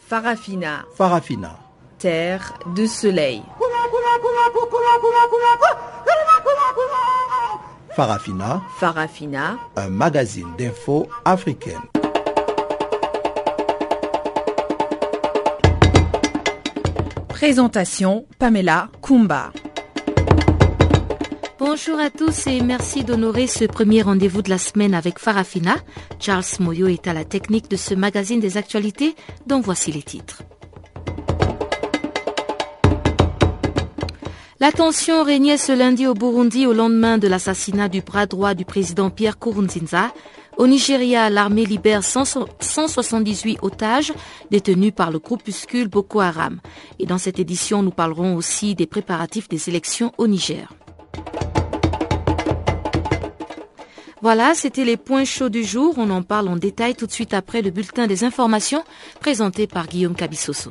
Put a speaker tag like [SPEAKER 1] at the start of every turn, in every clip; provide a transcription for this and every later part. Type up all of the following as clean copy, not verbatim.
[SPEAKER 1] Farafina.
[SPEAKER 2] Farafina.
[SPEAKER 1] Terre de soleil.
[SPEAKER 2] Farafina.
[SPEAKER 1] Farafina.
[SPEAKER 2] Un magazine d'infos africaine.
[SPEAKER 1] Présentation Pamela Kumba.
[SPEAKER 3] Bonjour à tous et merci d'honorer ce premier rendez-vous de la semaine avec Farafina. Charles Moyo est à la technique de ce magazine des actualités dont voici les titres. La tension régnait ce lundi au Burundi au lendemain de l'assassinat du bras droit du président Pierre Nkurunziza. Au Nigeria, l'armée libère 178 otages détenus par le groupuscule Boko Haram. Et dans cette édition, nous parlerons aussi des préparatifs des élections au Niger. Voilà, c'était les points chauds du jour. On en parle en détail tout de suite après le bulletin des informations présenté par Guillaume Kabissoso.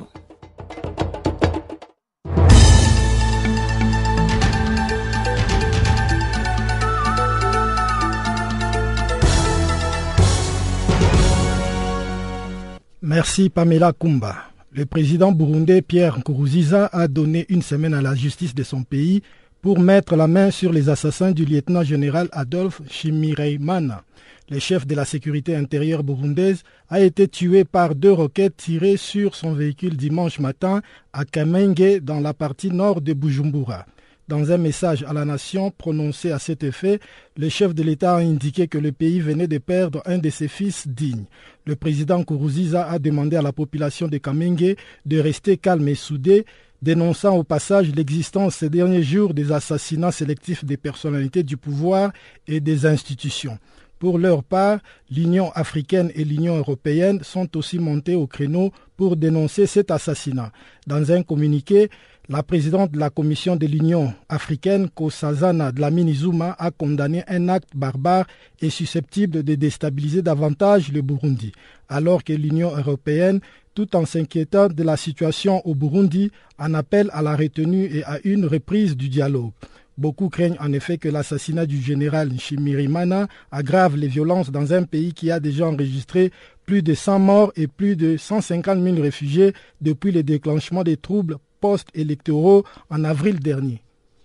[SPEAKER 4] Merci Pamela Kumba. Le président burundais Pierre Nkurunziza a donné une semaine à la justice de son pays pour mettre la main sur les assassins du lieutenant-général Adolphe Nshimirimana. Le chef de la sécurité intérieure burundaise a été tué par 2 roquettes tirées sur son véhicule dimanche matin à Kamenge dans la partie nord de Bujumbura. Dans un message à la nation prononcé à cet effet, le chef de l'État a indiqué que le pays venait de perdre un de ses fils dignes. Le président Nkurunziza a demandé à la population de Kamenge de rester calme et soudée, dénonçant au passage l'existence ces derniers jours des assassinats sélectifs des personnalités du pouvoir et des institutions. Pour leur part, l'Union africaine et l'Union européenne sont aussi montées au créneau pour dénoncer cet assassinat. Dans un communiqué, la présidente de la Commission de l'Union africaine, Nkosazana Dlamini-Zuma, a condamné un acte barbare et susceptible de déstabiliser davantage le Burundi, alors que l'Union européenne, tout en s'inquiétant de la situation au Burundi, en appelle à la retenue et à une reprise du dialogue. Beaucoup craignent en effet que l'assassinat du général Nshimirimana aggrave les violences dans un pays qui a déjà enregistré plus de 100 morts et plus de 150 000 réfugiés depuis le déclenchement des troubles post-électoraux en avril dernier.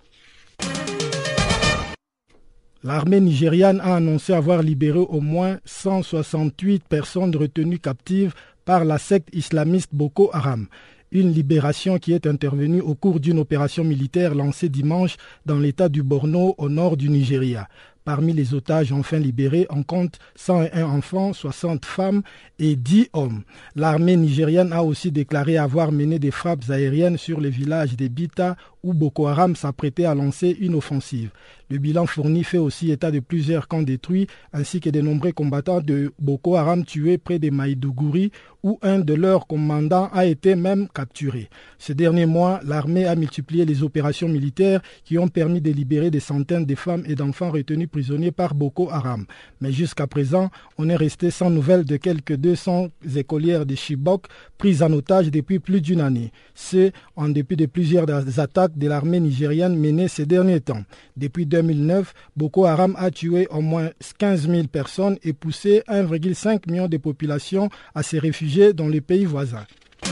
[SPEAKER 4] L'armée nigériane a annoncé avoir libéré au moins 168 personnes retenues captives par la secte islamiste Boko Haram. Une libération qui est intervenue au cours d'une opération militaire lancée dimanche dans l'état du Borno au nord du Nigeria. Parmi les otages enfin libérés, on compte 101 enfants, 60 femmes et 10 hommes. L'armée nigériane a aussi déclaré avoir mené des frappes aériennes sur les villages de Bita où Boko Haram s'apprêtait à lancer une offensive. Le bilan fourni fait aussi état de plusieurs camps détruits ainsi que de nombreux combattants de Boko Haram tués près de Maïdougouri où un de leurs commandants a été même capturé. Ces derniers mois, l'armée a multiplié les opérations militaires qui ont permis de libérer des centaines de femmes et d'enfants retenus prisonniers par Boko Haram. Mais jusqu'à présent, on est resté sans nouvelles de quelques 200 écolières de Chibok prises en otage depuis plus d'une année. Ce, en dépit de plusieurs attaques de l'armée nigériane menées ces derniers temps. Depuis 2009, Boko Haram a tué au moins 15 000 personnes et poussé 1,5 million de populations à se réfugier dans les pays voisins.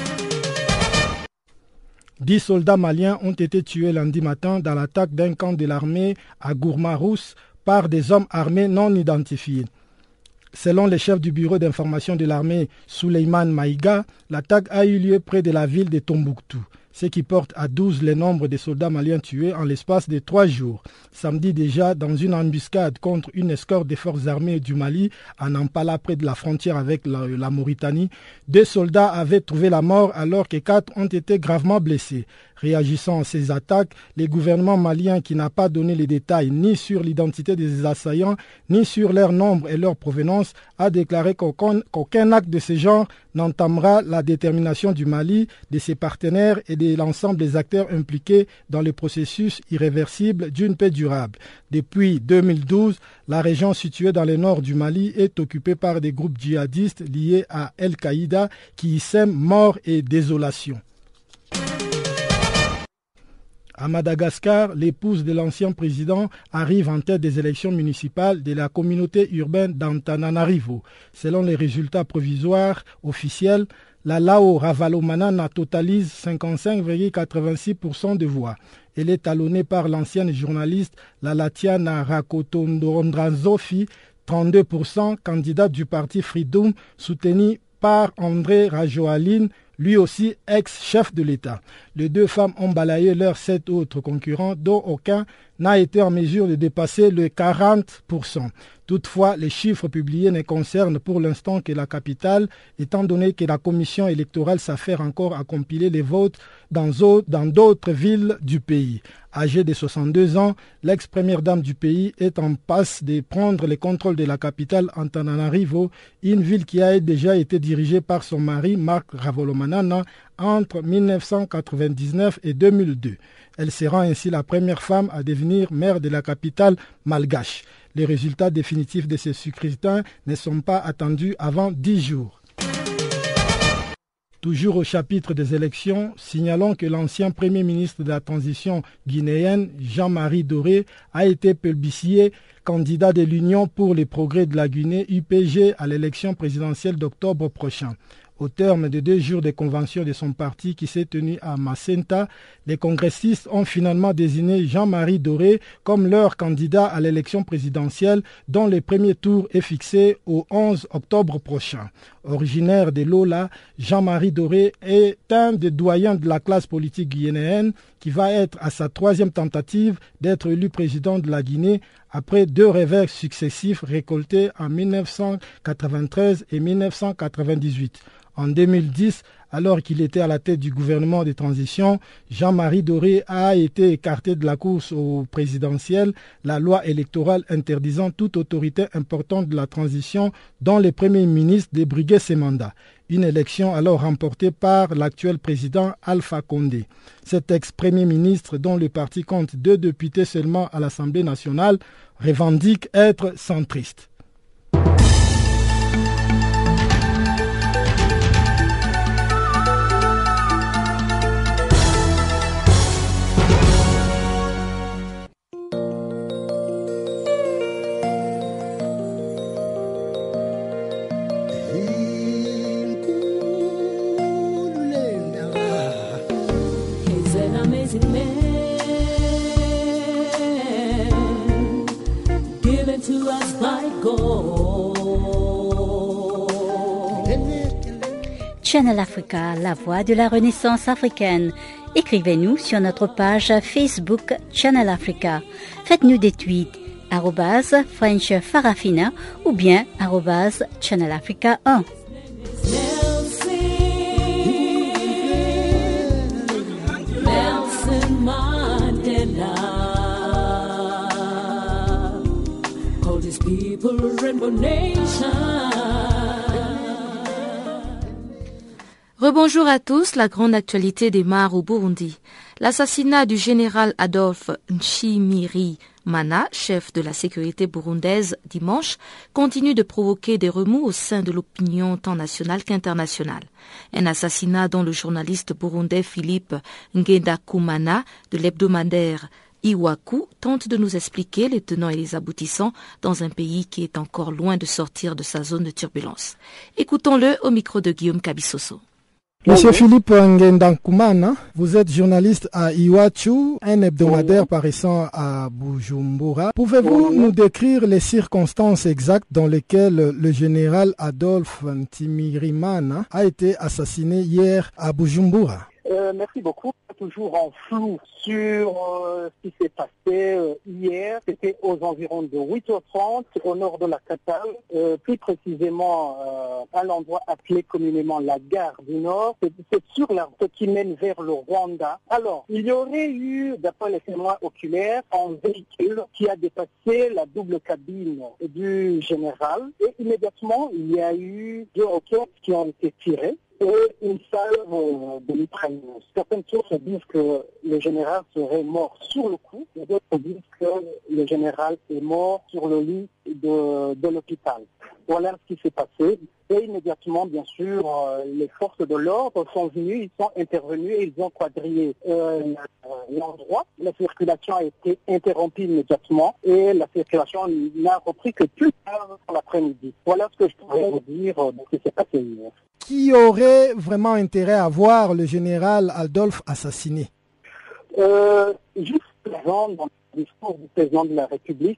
[SPEAKER 4] 10 soldats maliens ont été tués lundi matin dans l'attaque d'un camp de l'armée à Gourmarous par des hommes armés non identifiés. Selon le chef du bureau d'information de l'armée, Souleymane Maïga, l'attaque a eu lieu près de la ville de Tombouctou, ce qui porte à 12 le nombre de soldats maliens tués en l'espace de 3 jours. Samedi déjà, dans une embuscade contre une escorte des forces armées du Mali, à Nampala, près de la frontière avec la Mauritanie, 2 soldats avaient trouvé la mort alors que 4 ont été gravement blessés. Réagissant à ces attaques, le gouvernement malien, qui n'a pas donné les détails ni sur l'identité des assaillants, ni sur leur nombre et leur provenance, a déclaré qu'aucun acte de ce genre n'entamera la détermination du Mali, de ses partenaires et de l'ensemble des acteurs impliqués dans le processus irréversible d'une paix durable. Depuis 2012, la région située dans le nord du Mali est occupée par des groupes djihadistes liés à Al-Qaïda qui y sèment mort et désolation. À Madagascar, l'épouse de l'ancien président arrive en tête des élections municipales de la communauté urbaine d'Antananarivo. Selon les résultats provisoires officiels, la Lao Ravalomanana totalise 55,86% de voix. Elle est talonnée par l'ancienne journaliste Lalatiana Rakotondranzofi, 32%, candidate du parti Freedom, soutenue par André Rajoelina, lui aussi ex-chef de l'État. Les deux femmes ont balayé leurs 7 autres concurrents, dont aucun n'a été en mesure de dépasser le 40%. Toutefois, les chiffres publiés ne concernent pour l'instant que la capitale, étant donné que la commission électorale s'affaire encore à compiler les votes dans d'autres villes du pays. Âgée de 62 ans, l'ex-première dame du pays est en passe de prendre le contrôle de la capitale Antananarivo, une ville qui a déjà été dirigée par son mari Marc Ravalomanana entre 1999 et 2002. Elle sera ainsi la première femme à devenir maire de la capitale malgache. Les résultats définitifs de ce scrutin ne sont pas attendus avant 10 jours. Toujours au chapitre des élections, signalons que l'ancien premier ministre de la transition guinéenne, Jean-Marie Doré, a été plébiscité candidat de l'Union pour les progrès de la Guinée, UPG, à l'élection présidentielle d'octobre prochain. Au terme de 2 jours de convention de son parti qui s'est tenu à Macenta, les congressistes ont finalement désigné Jean-Marie Doré comme leur candidat à l'élection présidentielle dont le premier tour est fixé au 11 octobre prochain. Originaire de Lola, Jean-Marie Doré est un des doyens de la classe politique guinéenne qui va être à sa 3e tentative d'être élu président de la Guinée après 2 revers successifs récoltés en 1993 et 1998. En 2010, alors qu'il était à la tête du gouvernement de transition, Jean-Marie Doré a été écarté de la course au présidentiel, la loi électorale interdisant toute autorité importante de la transition dont le premier ministre débriguait ses mandats. Une élection alors remportée par l'actuel président Alpha Condé. Cet ex-premier ministre, dont le parti compte 2 députés seulement à l'Assemblée nationale, revendique être centriste.
[SPEAKER 5] Channel Africa, la voix de la Renaissance africaine. Écrivez-nous sur notre page Facebook Channel Africa. Faites-nous des tweets @French Farafina ou bien @Channel Africa 1.
[SPEAKER 3] Rebonjour à tous, la grande actualité démarre au Burundi. L'assassinat du général Adolphe Nshimirimana, chef de la sécurité burundaise dimanche, continue de provoquer des remous au sein de l'opinion tant nationale qu'internationale. Un assassinat dont le journaliste burundais Philippe Ngendakumana de l'hebdomadaire Iwaku tente de nous expliquer les tenants et les aboutissants dans un pays qui est encore loin de sortir de sa zone de turbulence. Écoutons-le au micro de Guillaume Kabissoso.
[SPEAKER 4] Monsieur Philippe Ngendakumana, vous êtes journaliste à Iwachu, un hebdomadaire paraissant à Bujumbura. Pouvez-vous nous décrire les circonstances exactes dans lesquelles le général Adolphe Nshimirimana a été assassiné hier à Bujumbura?
[SPEAKER 6] Merci beaucoup. Toujours en flou sur ce qui s'est passé hier. C'était aux environs de 8h30 au nord de la capitale, plus précisément à l'endroit appelé communément la gare du Nord. C'est sur la route qui mène vers le Rwanda. Alors, il y aurait eu, d'après les témoins oculaires, un véhicule qui a dépassé la double cabine du général et immédiatement, il y a eu 2 roquettes qui ont été tirées et une salve de mitrailleuse. Certaines sources disent que le général serait mort sur le coup, et d'autres disent que le général est mort sur le lit de l'hôpital. Voilà ce qui s'est passé. Et immédiatement, bien sûr, les forces de l'ordre sont venues, ils sont intervenus et ils ont quadrillé l'endroit. La circulation a été interrompue immédiatement et la circulation n'a repris que plus tard dans l'après-midi. Voilà ce que je pourrais vous dire de ce qui s'est passé hier.
[SPEAKER 4] Qui aurait vraiment intérêt à voir le général Adolphe assassiné?
[SPEAKER 6] Juste avant, dans le discours du président de la République,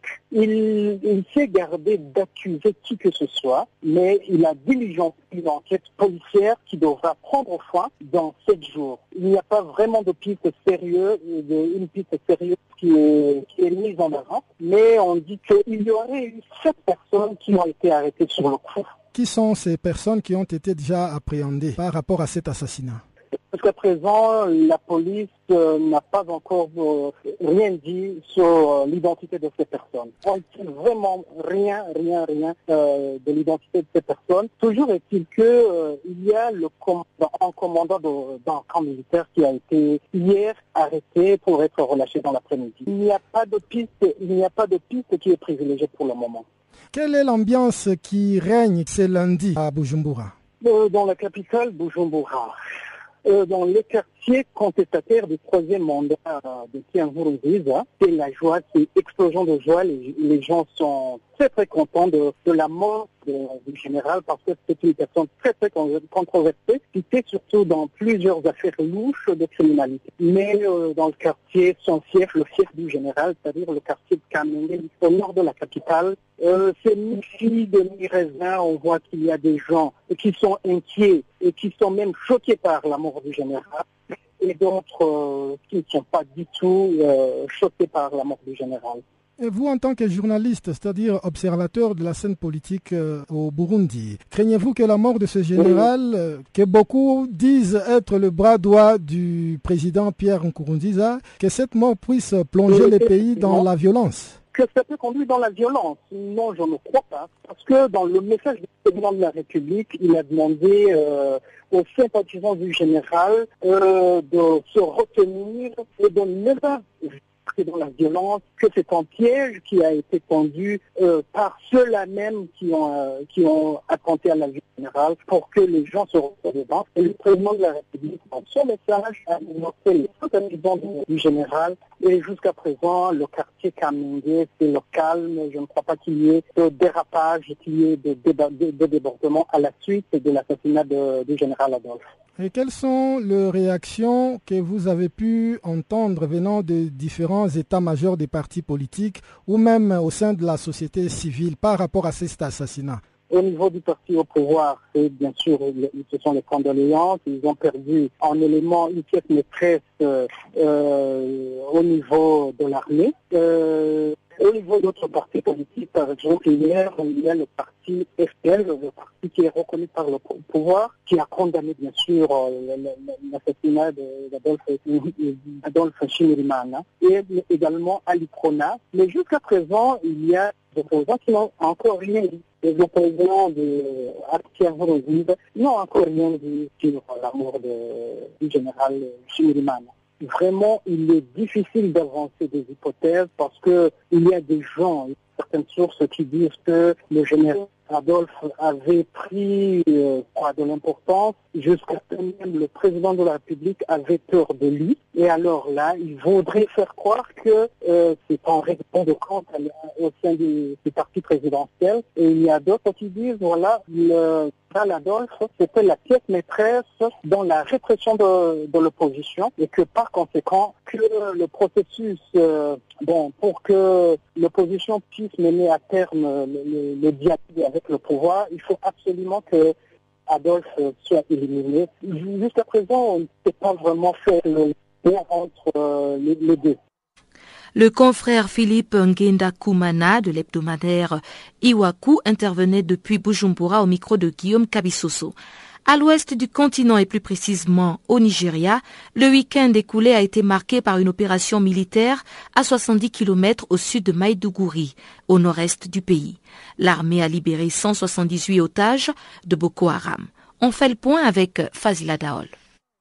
[SPEAKER 6] il s'est gardé d'accuser qui que ce soit, mais il a diligencé une enquête policière qui devra prendre fin dans 7 jours. Il n'y a pas vraiment de piste sérieuse, une piste sérieuse qui est mise en avant, mais on dit qu'il y aurait eu 7 personnes qui ont été arrêtées sur le coup.
[SPEAKER 4] Qui sont ces personnes qui ont été déjà appréhendées par rapport à cet assassinat?
[SPEAKER 6] Jusqu'à présent, la police n'a pas encore rien dit sur l'identité de ces personnes. On ne sait vraiment rien de l'identité de ces personnes. Toujours est-il que il y a un commandant d'un camp militaire qui a été hier arrêté pour être relâché dans l'après-midi. Il n'y a pas de piste qui est privilégiée pour le moment.
[SPEAKER 4] Quelle est l'ambiance qui règne ce lundi à Bujumbura?
[SPEAKER 6] Dans la capitale, Bujumbura. Dans les quartiers contestataires du 3e mandat de Pierre Nkurunziza, c'est la joie, c'est explosion de joie. Les gens sont très très contents de la mort du général parce que c'est une personne très très controversée qui était surtout dans plusieurs affaires louches de criminalité. Mais dans le quartier, son fief, le fief du général, c'est-à-dire le quartier de Kamenge, au nord de la capitale, c'est mi-fille de mi-raisin. On voit qu'il y a des gens qui sont inquiets et qui sont même choqués par la mort du général et d'autres qui ne sont pas du tout choqués par la mort du général.
[SPEAKER 4] Et vous, en tant que journaliste, c'est-à-dire observateur de la scène politique au Burundi, craignez-vous que la mort de ce général, que beaucoup disent être le bras droit du président Pierre Nkurunziza, que cette mort puisse plonger le pays dans la violence?
[SPEAKER 6] Que ça peut conduire dans la violence? Non, je ne crois pas. Parce que dans le message du président de la République, il a demandé aux sympathisants du général de se retenir et de ne pas dans la violence, que c'est un piège qui a été tendu par ceux-là même qui ont attenté à la vie générale pour que les gens se retrouvent dedans. Et le président de la République, dans son message, a annoncé les sympathisants du général. Et jusqu'à présent, le quartier Kamenge, c'est le calme. Je ne crois pas qu'il y ait de dérapage, qu'il y ait de débordement à la suite de l'assassinat du général Adolphe.
[SPEAKER 4] Et quelles sont les réactions que vous avez pu entendre venant de différents états-majors des partis politiques ou même au sein de la société civile par rapport à cet assassinat?
[SPEAKER 6] Au niveau du parti au pouvoir, et bien sûr, ce sont les condoléances. Ils ont perdu en élément une pièce maîtresse au niveau de l'armée. Au niveau d'autres partis politiques, par exemple, hier, il y a le parti FPL, le parti qui est reconnu par le pouvoir, qui a condamné, bien sûr, l'assassinat d'Adolphe Nshimirimana, et également Ali Prona. Mais jusqu'à présent, il y a des opposants qui n'ont encore rien dit. Les opposants de Pierre Nkurunziza n'ont encore rien dit sur la mort du général Nshimirimana. Vraiment, il est difficile d'avancer des hypothèses parce que il y a des gens, certaines sources qui disent que le général Adolphe avait pris de l'importance jusqu'à ce que même le président de la République avait peur de lui. Et alors là, il voudrait faire croire que c'est en règlement de compte au sein du parti présidentiel. Et il y a d'autres qui disent, voilà, le général Adolphe, c'était la pièce maîtresse dans la répression de l'opposition et que par conséquent, que le processus, pour que l'opposition puisse mener à terme le dialogue avec le pouvoir, il faut absolument que Adolphe soit éliminé. Jusqu'à présent, on ne peut pas vraiment faire le lien entre les deux.
[SPEAKER 3] Le confrère Philippe Ngenda Koumana de l'hebdomadaire Iwaku intervenait depuis Bujumbura au micro de Guillaume Kabisoso. À l'ouest du continent et plus précisément au Nigeria, le week-end écoulé a été marqué par une opération militaire à 70 km au sud de Maïdougouri, au nord-est du pays. L'armée a libéré 178 otages de Boko Haram. On fait le point avec Fazila Daol.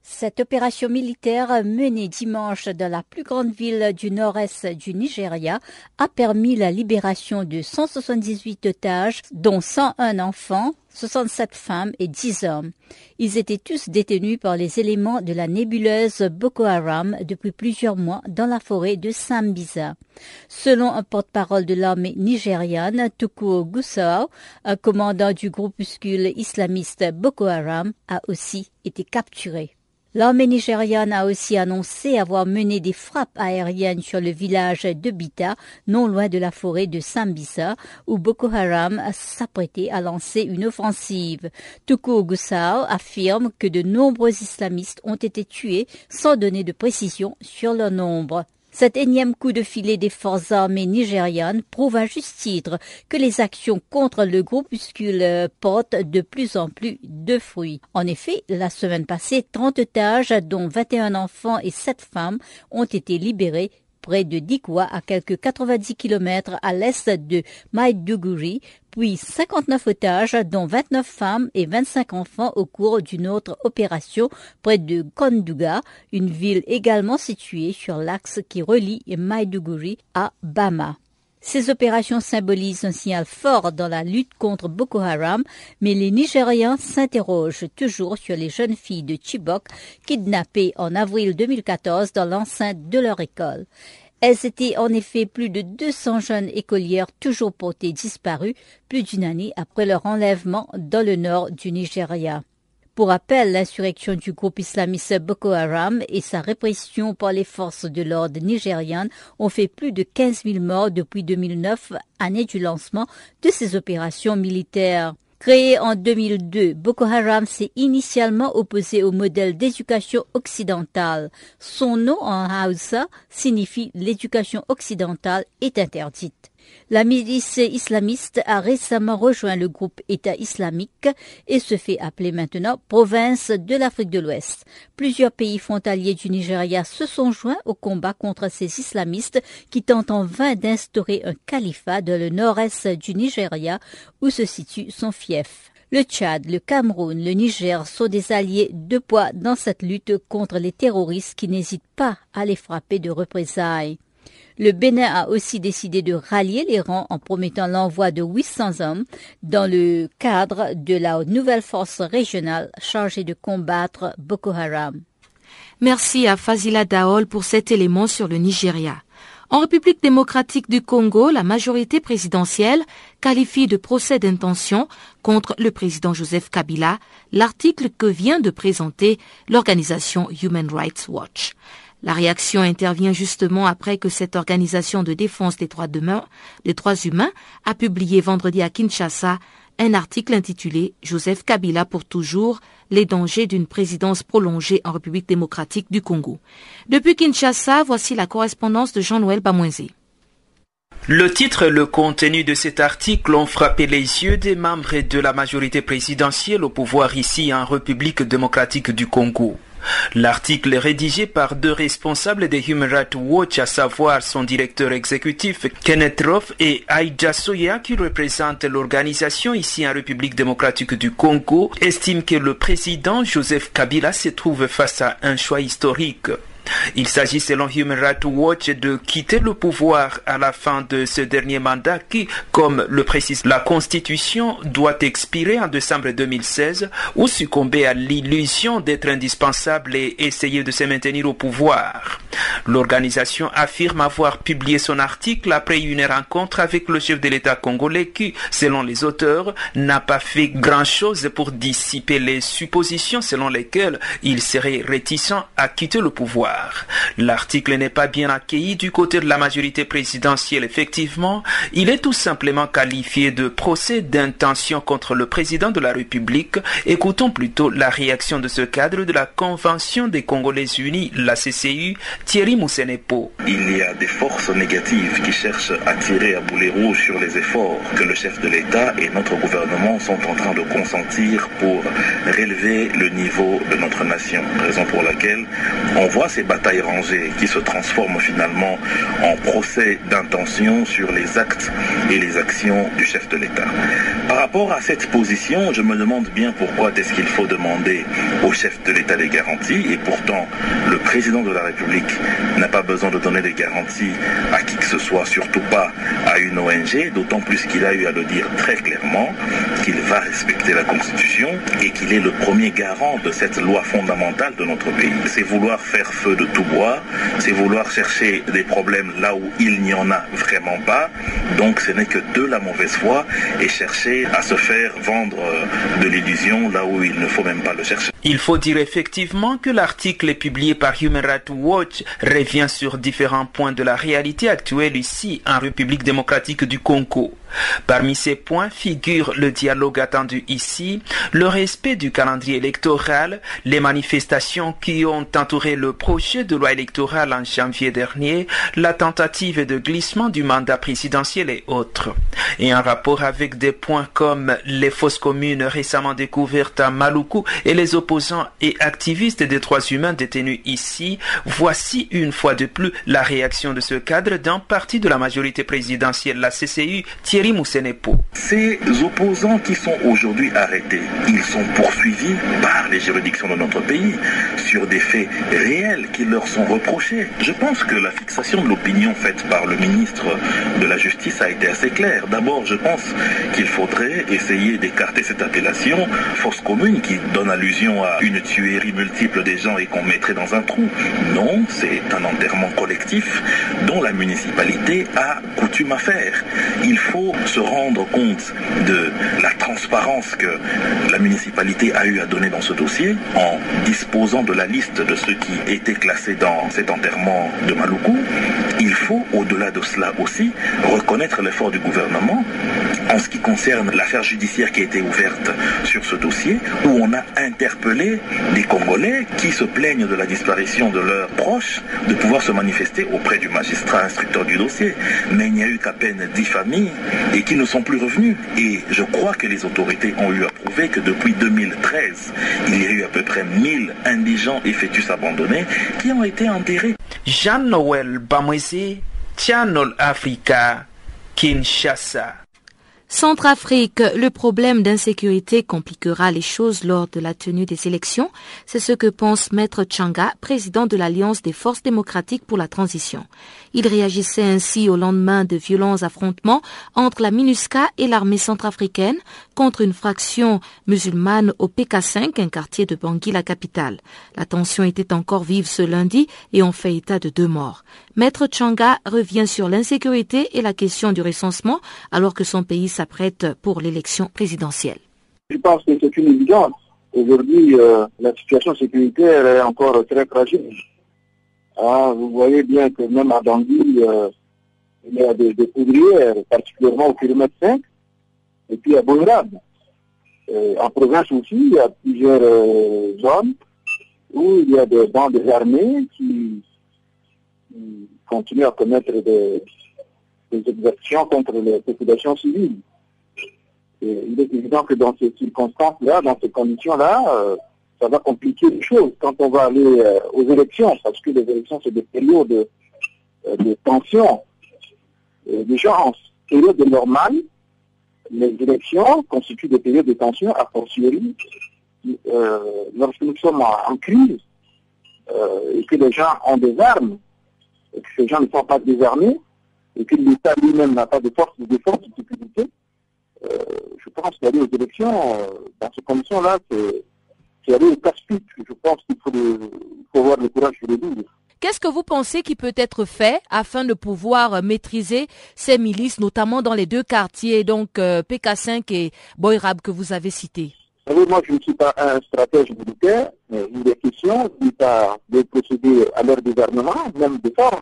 [SPEAKER 5] Cette opération militaire menée dimanche dans la plus grande ville du nord-est du Nigeria a permis la libération de 178 otages, dont 101 enfants, 67 femmes et 10 hommes. Ils étaient tous détenus par les éléments de la nébuleuse Boko Haram depuis plusieurs mois dans la forêt de Sambisa. Selon un porte-parole de l'armée nigériane, Tukur Gusau, un commandant du groupuscule islamiste Boko Haram, a aussi été capturé. L'armée nigériane a aussi annoncé avoir mené des frappes aériennes sur le village de Bita, non loin de la forêt de Sambisa, où Boko Haram s'apprêtait à lancer une offensive. Tukur Gusau affirme que de nombreux islamistes ont été tués sans donner de précision sur leur nombre. Cet énième coup de filet des forces armées nigérianes prouve à juste titre que les actions contre le groupuscule portent de plus en plus de fruits. En effet, la semaine passée, 30 otages, dont 21 enfants et 7 femmes, ont été libérés près de Dikwa, à quelques 90 km à l'est de Maiduguri, puis 59 otages, dont 29 femmes et 25 enfants au cours d'une autre opération près de Konduga, une ville également située sur l'axe qui relie Maiduguri à Bama. Ces opérations symbolisent un signal fort dans la lutte contre Boko Haram, mais les Nigérians s'interrogent toujours sur les jeunes filles de Chibok kidnappées en avril 2014 dans l'enceinte de leur école. Elles étaient en effet plus de 200 jeunes écolières toujours portées disparues plus d'une année après leur enlèvement dans le nord du Nigeria. Pour rappel, l'insurrection du groupe islamiste Boko Haram et sa répression par les forces de l'ordre nigérianes ont fait plus de 15 000 morts depuis 2009, année du lancement de ces opérations militaires. Créé en 2002, Boko Haram s'est initialement opposé au modèle d'éducation occidentale. Son nom en Hausa signifie « l'éducation occidentale est interdite ». La milice islamiste a récemment rejoint le groupe État islamique et se fait appeler maintenant province de l'Afrique de l'Ouest. Plusieurs pays frontaliers du Nigeria se sont joints au combat contre ces islamistes qui tentent en vain d'instaurer un califat dans le nord-est du Nigeria où se situe son fief. Le Tchad, le Cameroun, le Niger sont des alliés de poids dans cette lutte contre les terroristes qui n'hésitent pas à les frapper de représailles. Le Bénin a aussi décidé de rallier les rangs en promettant l'envoi de 800 hommes dans le cadre de la nouvelle force régionale chargée de combattre Boko Haram.
[SPEAKER 3] Merci à Fazila Daol pour cet élément sur le Nigeria. En République démocratique du Congo, la majorité présidentielle qualifie de procès d'intention contre le président Joseph Kabila l'article que vient de présenter l'organisation Human Rights Watch. La réaction intervient justement après que cette organisation de défense des droits humains a publié vendredi à Kinshasa un article intitulé « Joseph Kabila pour toujours, les dangers d'une présidence prolongée en République démocratique du Congo ». Depuis Kinshasa, voici la correspondance de Jean-Noël Bamouenzé.
[SPEAKER 7] Le titre et le contenu de cet article ont frappé les yeux des membres de la majorité présidentielle au pouvoir ici en République démocratique du Congo. L'article est rédigé par deux responsables de Human Rights Watch, à savoir son directeur exécutif Kenneth Roth et Aïdja Soya, qui représente l'organisation ici en République démocratique du Congo, estime que le président Joseph Kabila se trouve face à un choix historique. Il s'agit selon Human Rights Watch de quitter le pouvoir à la fin de ce dernier mandat qui, comme le précise la Constitution, doit expirer en décembre 2016 ou succomber à l'illusion d'être indispensable et essayer de se maintenir au pouvoir. L'organisation affirme avoir publié son article après une rencontre avec le chef de l'État congolais qui, selon les auteurs, n'a pas fait grand-chose pour dissiper les suppositions selon lesquelles il serait réticent à quitter le pouvoir. L'article n'est pas bien accueilli du côté de la majorité présidentielle. Effectivement, il est tout simplement qualifié de procès d'intention contre le président de la République. Écoutons plutôt la réaction de ce cadre de la Convention des Congolais Unis, la CCU, Thierry Moussenepo.
[SPEAKER 8] Il y a des forces négatives qui cherchent à tirer à boulet rouge sur les efforts que le chef de l'État et notre gouvernement sont en train de consentir pour relever le niveau de notre nation. Raison pour laquelle on voit ces ces batailles rangées qui se transforment finalement en procès d'intention sur les actes et les actions du chef de l'État. Par rapport à cette position, je me demande bien pourquoi est-ce qu'il faut demander au chef de l'État des garanties, et pourtant le président de la République n'a pas besoin de donner des garanties à qui que ce soit, surtout pas à une ONG, d'autant plus qu'il a eu à le dire très clairement qu'il va respecter la Constitution et qu'il est le premier garant de cette loi fondamentale de notre pays. C'est vouloir faire feu de tout bois, c'est vouloir chercher des problèmes là où il n'y en a vraiment pas, donc ce n'est que de la mauvaise foi et chercher à se faire vendre de l'illusion là où il ne faut même pas le chercher.
[SPEAKER 7] Il faut dire effectivement que l'article publié par Human Rights Watch revient sur différents points de la réalité actuelle ici en République démocratique du Congo. Parmi ces points figure le dialogue attendu ici, le respect du calendrier électoral, les manifestations qui ont entouré le projet de loi électorale en janvier dernier, la tentative de glissement du mandat présidentiel et autres. Et en rapport avec des points comme les fosses communes récemment découvertes à Maluku et les opposants et activistes des droits humains détenus ici, voici une fois de plus la réaction de ce cadre d'un parti de la majorité présidentielle, la CCU, Thierry Moussenepo.
[SPEAKER 8] Ces opposants qui sont aujourd'hui arrêtés, ils sont poursuivis par les juridictions de notre pays sur des faits réels qui leur sont reprochés. Je pense que la fixation de l'opinion faite par le ministre de la Justice a été assez claire. D'abord, je pense qu'il faudrait essayer d'écarter cette appellation fosse commune qui donne allusion à une tuerie multiple des gens et qu'on mettrait dans un trou. Non, c'est un enterrement collectif dont la municipalité a coutume à faire. Il faut se rendre compte de la transparence que la municipalité a eu à donner dans ce dossier en disposant de la liste de ceux qui étaient classés dans cet enterrement de Maluku. Il faut, au-delà de cela aussi, reconnaître l'effort du gouvernement en ce qui concerne l'affaire judiciaire qui a été ouverte sur ce dossier, où on a interpellé des Congolais qui se plaignent de la disparition de leurs proches, de pouvoir se manifester auprès du magistrat instructeur du dossier. Mais il n'y a eu qu'à peine 10 familles et qui ne sont plus revenus. Et je crois que les autorités ont eu à prouver que depuis 2013, il y a eu à peu près 1000 indigents et fœtus abandonnés qui ont été enterrés.
[SPEAKER 7] Jean-Noël Bamwese, Channel Africa, Kinshasa.
[SPEAKER 3] Centrafrique, le problème d'insécurité compliquera les choses lors de la tenue des élections. C'est ce que pense Maître Tchanga, président de l'Alliance des forces démocratiques pour la transition. Il réagissait ainsi au lendemain de violents affrontements entre la MINUSCA et l'armée centrafricaine contre une fraction musulmane au PK5, un quartier de Bangui, la capitale. La tension était encore vive ce lundi et on fait état de 2 morts. Maître Tchanga revient sur l'insécurité et la question du recensement alors que son pays s'apprête pour l'élection présidentielle.
[SPEAKER 6] Je pense que c'est une évidence. Aujourd'hui, la situation sécuritaire est encore très fragile. Vous voyez bien que même à Bangui, il y a des poudrières, particulièrement au kilomètre 5, et puis à Bourab. En province aussi, il y a plusieurs zones où il y a des bandes armées qui continuent à commettre des exactions contre les populations civiles. Et il est évident que dans ces circonstances-là, dans ces conditions-là, ça va compliquer les choses quand on va aller aux élections, parce que les élections, c'est des périodes de tension. Déjà, en période normale, les élections constituent des périodes de tension, a fortiori, lorsque nous sommes en crise, et que les gens ont des armes, et que ces gens ne sont pas désarmés, et que l'État lui-même n'a pas de force de défense de sécurité. Je pense qu'aller aux élections, dans ces conditions-là, c'est aller au casse-pipe. Je pense qu'il faut avoir le courage de le dire.
[SPEAKER 3] Qu'est-ce que vous pensez qui peut être fait afin de pouvoir maîtriser ces milices, notamment dans les 2 quartiers, donc PK5 et Boyrab que vous avez cités?
[SPEAKER 6] Vous savez, moi je ne suis pas un stratège militaire, mais il est question de procéder à leur désarmement, même de force.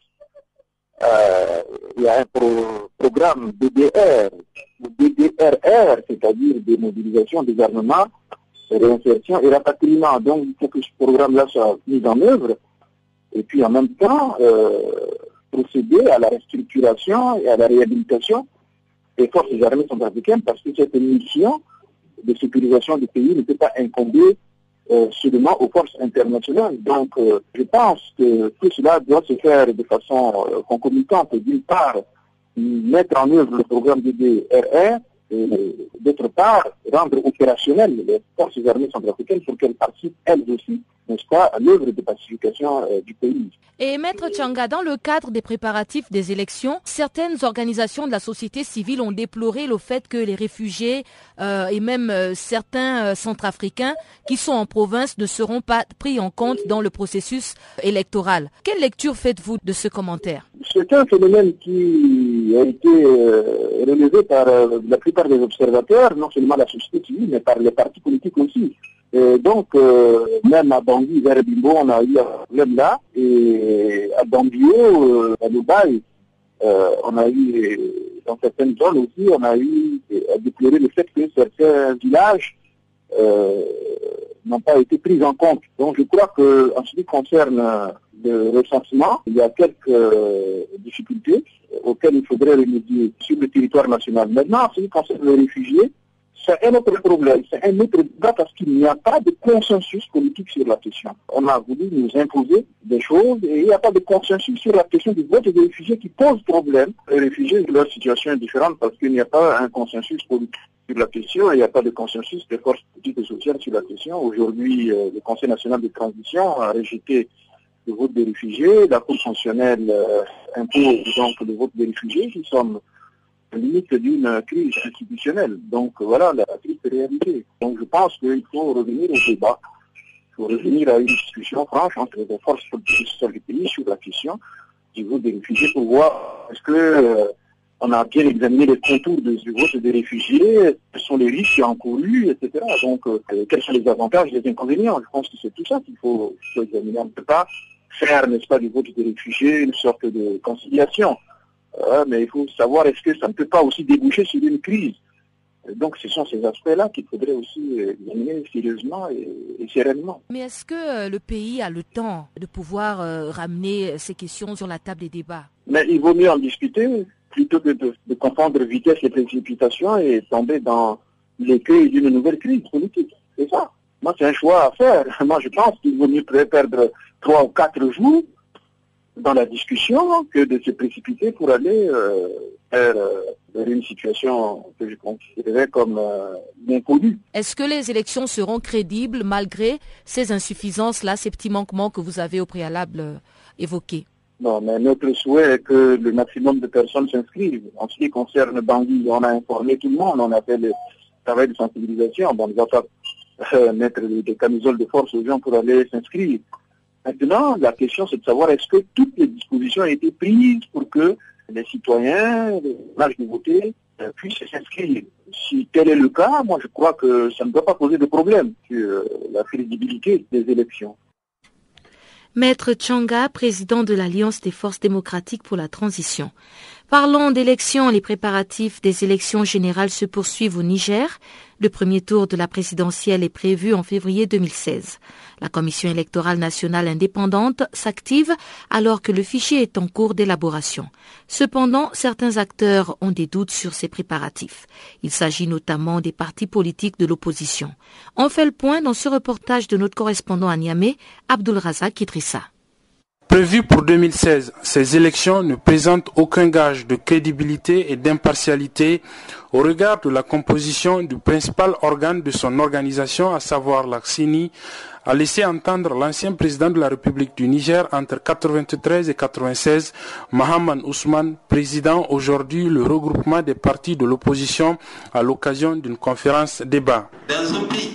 [SPEAKER 6] Il y a un programme DDR, ou DDRR, c'est-à-dire démobilisation, désarmement, réinsertion et rapatriement. Donc il faut que ce programme-là soit mis en œuvre et puis en même temps procéder à la restructuration et à la réhabilitation des forces armées centrafricaines, parce que cette mission de sécurisation du pays ne peut pas incomber seulement aux forces internationales. Donc, je pense que tout cela doit se faire de façon concomitante. D'une part, mettre en œuvre le programme DDRR, et d'autre part, rendre opérationnelles les forces armées centrafricaines pour qu'elles participent, elles aussi, n'est-ce pas, à l'œuvre de pacification du pays.
[SPEAKER 3] Et Maître Tchanga, dans le cadre des préparatifs des élections, certaines organisations de la société civile ont déploré le fait que les réfugiés et même certains centrafricains qui sont en province ne seront pas pris en compte dans le processus électoral. Quelle lecture faites-vous de ce commentaire?
[SPEAKER 6] C'est un phénomène qui a été relevé par la plupart des observateurs, non seulement la société civile, mais par les partis politiques aussi. Et donc, même à Bangui, vers Bimbo, on a eu un problème là. Et à Bambio, à Dubaï, on a eu, dans certaines zones aussi, on a eu à déplorer le fait que certains villages n'ont pas été pris en compte. Donc, je crois que en ce qui concerne le recensement, il y a quelques difficultés auxquelles il faudrait remédier sur le territoire national. Maintenant, en ce qui concerne les réfugiés, c'est un autre problème, c'est un autre débat parce qu'il n'y a pas de consensus politique sur la question. On a voulu nous imposer des choses et il n'y a pas de consensus sur la question du vote des réfugiés qui pose problème. Les réfugiés, leur situation est différente parce qu'il n'y a pas un consensus politique sur la question et il n'y a pas de consensus des forces politiques et sociales sur la question. Aujourd'hui, le Conseil national de transition a rejeté le vote des réfugiés. La Cour constitutionnelle impose donc le vote des réfugiés qui sont limite d'une crise institutionnelle. Donc voilà la triste réalité. Donc je pense qu'il faut revenir au débat, il faut revenir à une discussion franche entre les forces politiques du pays sur la question du vote des réfugiés pour voir est-ce que on a bien examiné les contours du vote des réfugiés, quels sont les risques encourus, etc. Donc quels sont les avantages et les inconvénients. Je pense que c'est tout ça qu'il faut examiner. On ne peut pas faire, n'est-ce pas, du vote des réfugiés une sorte de conciliation. Mais il faut savoir est-ce que ça ne peut pas aussi déboucher sur une crise. Donc ce sont ces aspects-là qu'il faudrait aussi examiner sérieusement et sereinement.
[SPEAKER 3] Mais est-ce que le pays a le temps de pouvoir ramener ces questions sur la table des débats?
[SPEAKER 6] Mais il vaut mieux en discuter plutôt que de confondre vitesse et précipitation et tomber dans l'écueil d'une nouvelle crise politique. C'est ça. Moi, c'est un choix à faire. Moi, je pense qu'il vaut mieux perdre 3 ou 4 jours dans la discussion que de se précipiter pour aller vers une situation que je considérais comme inconnue.
[SPEAKER 3] Est-ce que les élections seront crédibles malgré ces insuffisances-là, ces petits manquements que vous avez au préalable évoqués?
[SPEAKER 6] Non, mais notre souhait est que le maximum de personnes s'inscrivent. En ce qui concerne Bangui, on a informé tout le monde, on a fait le travail de sensibilisation. Bon, on ne va pas mettre des camisoles de force aux gens pour aller s'inscrire. Maintenant, la question, c'est de savoir est-ce que toutes les dispositions ont été prises pour que les citoyens, l'âge de voter, puissent s'inscrire. Si tel est le cas, moi je crois que ça ne doit pas poser de problème sur la crédibilité des élections.
[SPEAKER 3] Maître Tchanga, président de l'Alliance des forces démocratiques pour la transition. Parlons d'élections. Les préparatifs des élections générales se poursuivent au Niger. Le premier tour de la présidentielle est prévu en février 2016. La Commission électorale nationale indépendante s'active alors que le fichier est en cours d'élaboration. Cependant, certains acteurs ont des doutes sur ces préparatifs. Il s'agit notamment des partis politiques de l'opposition. On fait le point dans ce reportage de notre correspondant à Niamey, Abdul Razak Idrissa.
[SPEAKER 9] Prévues pour 2016, ces élections ne présentent aucun gage de crédibilité et d'impartialité au regard de la composition du principal organe de son organisation, à savoir la CENI, a laissé entendre l'ancien président de la République du Niger entre 1993 et 1996, Mahaman Ousmane, président aujourd'hui le regroupement des partis de l'opposition à l'occasion d'une conférence débat.
[SPEAKER 10] Dans un pays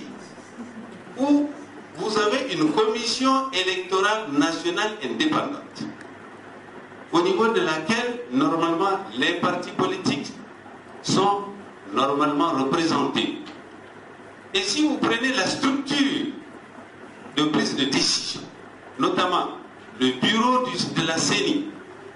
[SPEAKER 10] où vous avez une commission électorale nationale indépendante, au niveau de laquelle, normalement, les partis politiques sont normalement représentés. Et si vous prenez la structure de prise de décision, notamment le bureau de la CENI,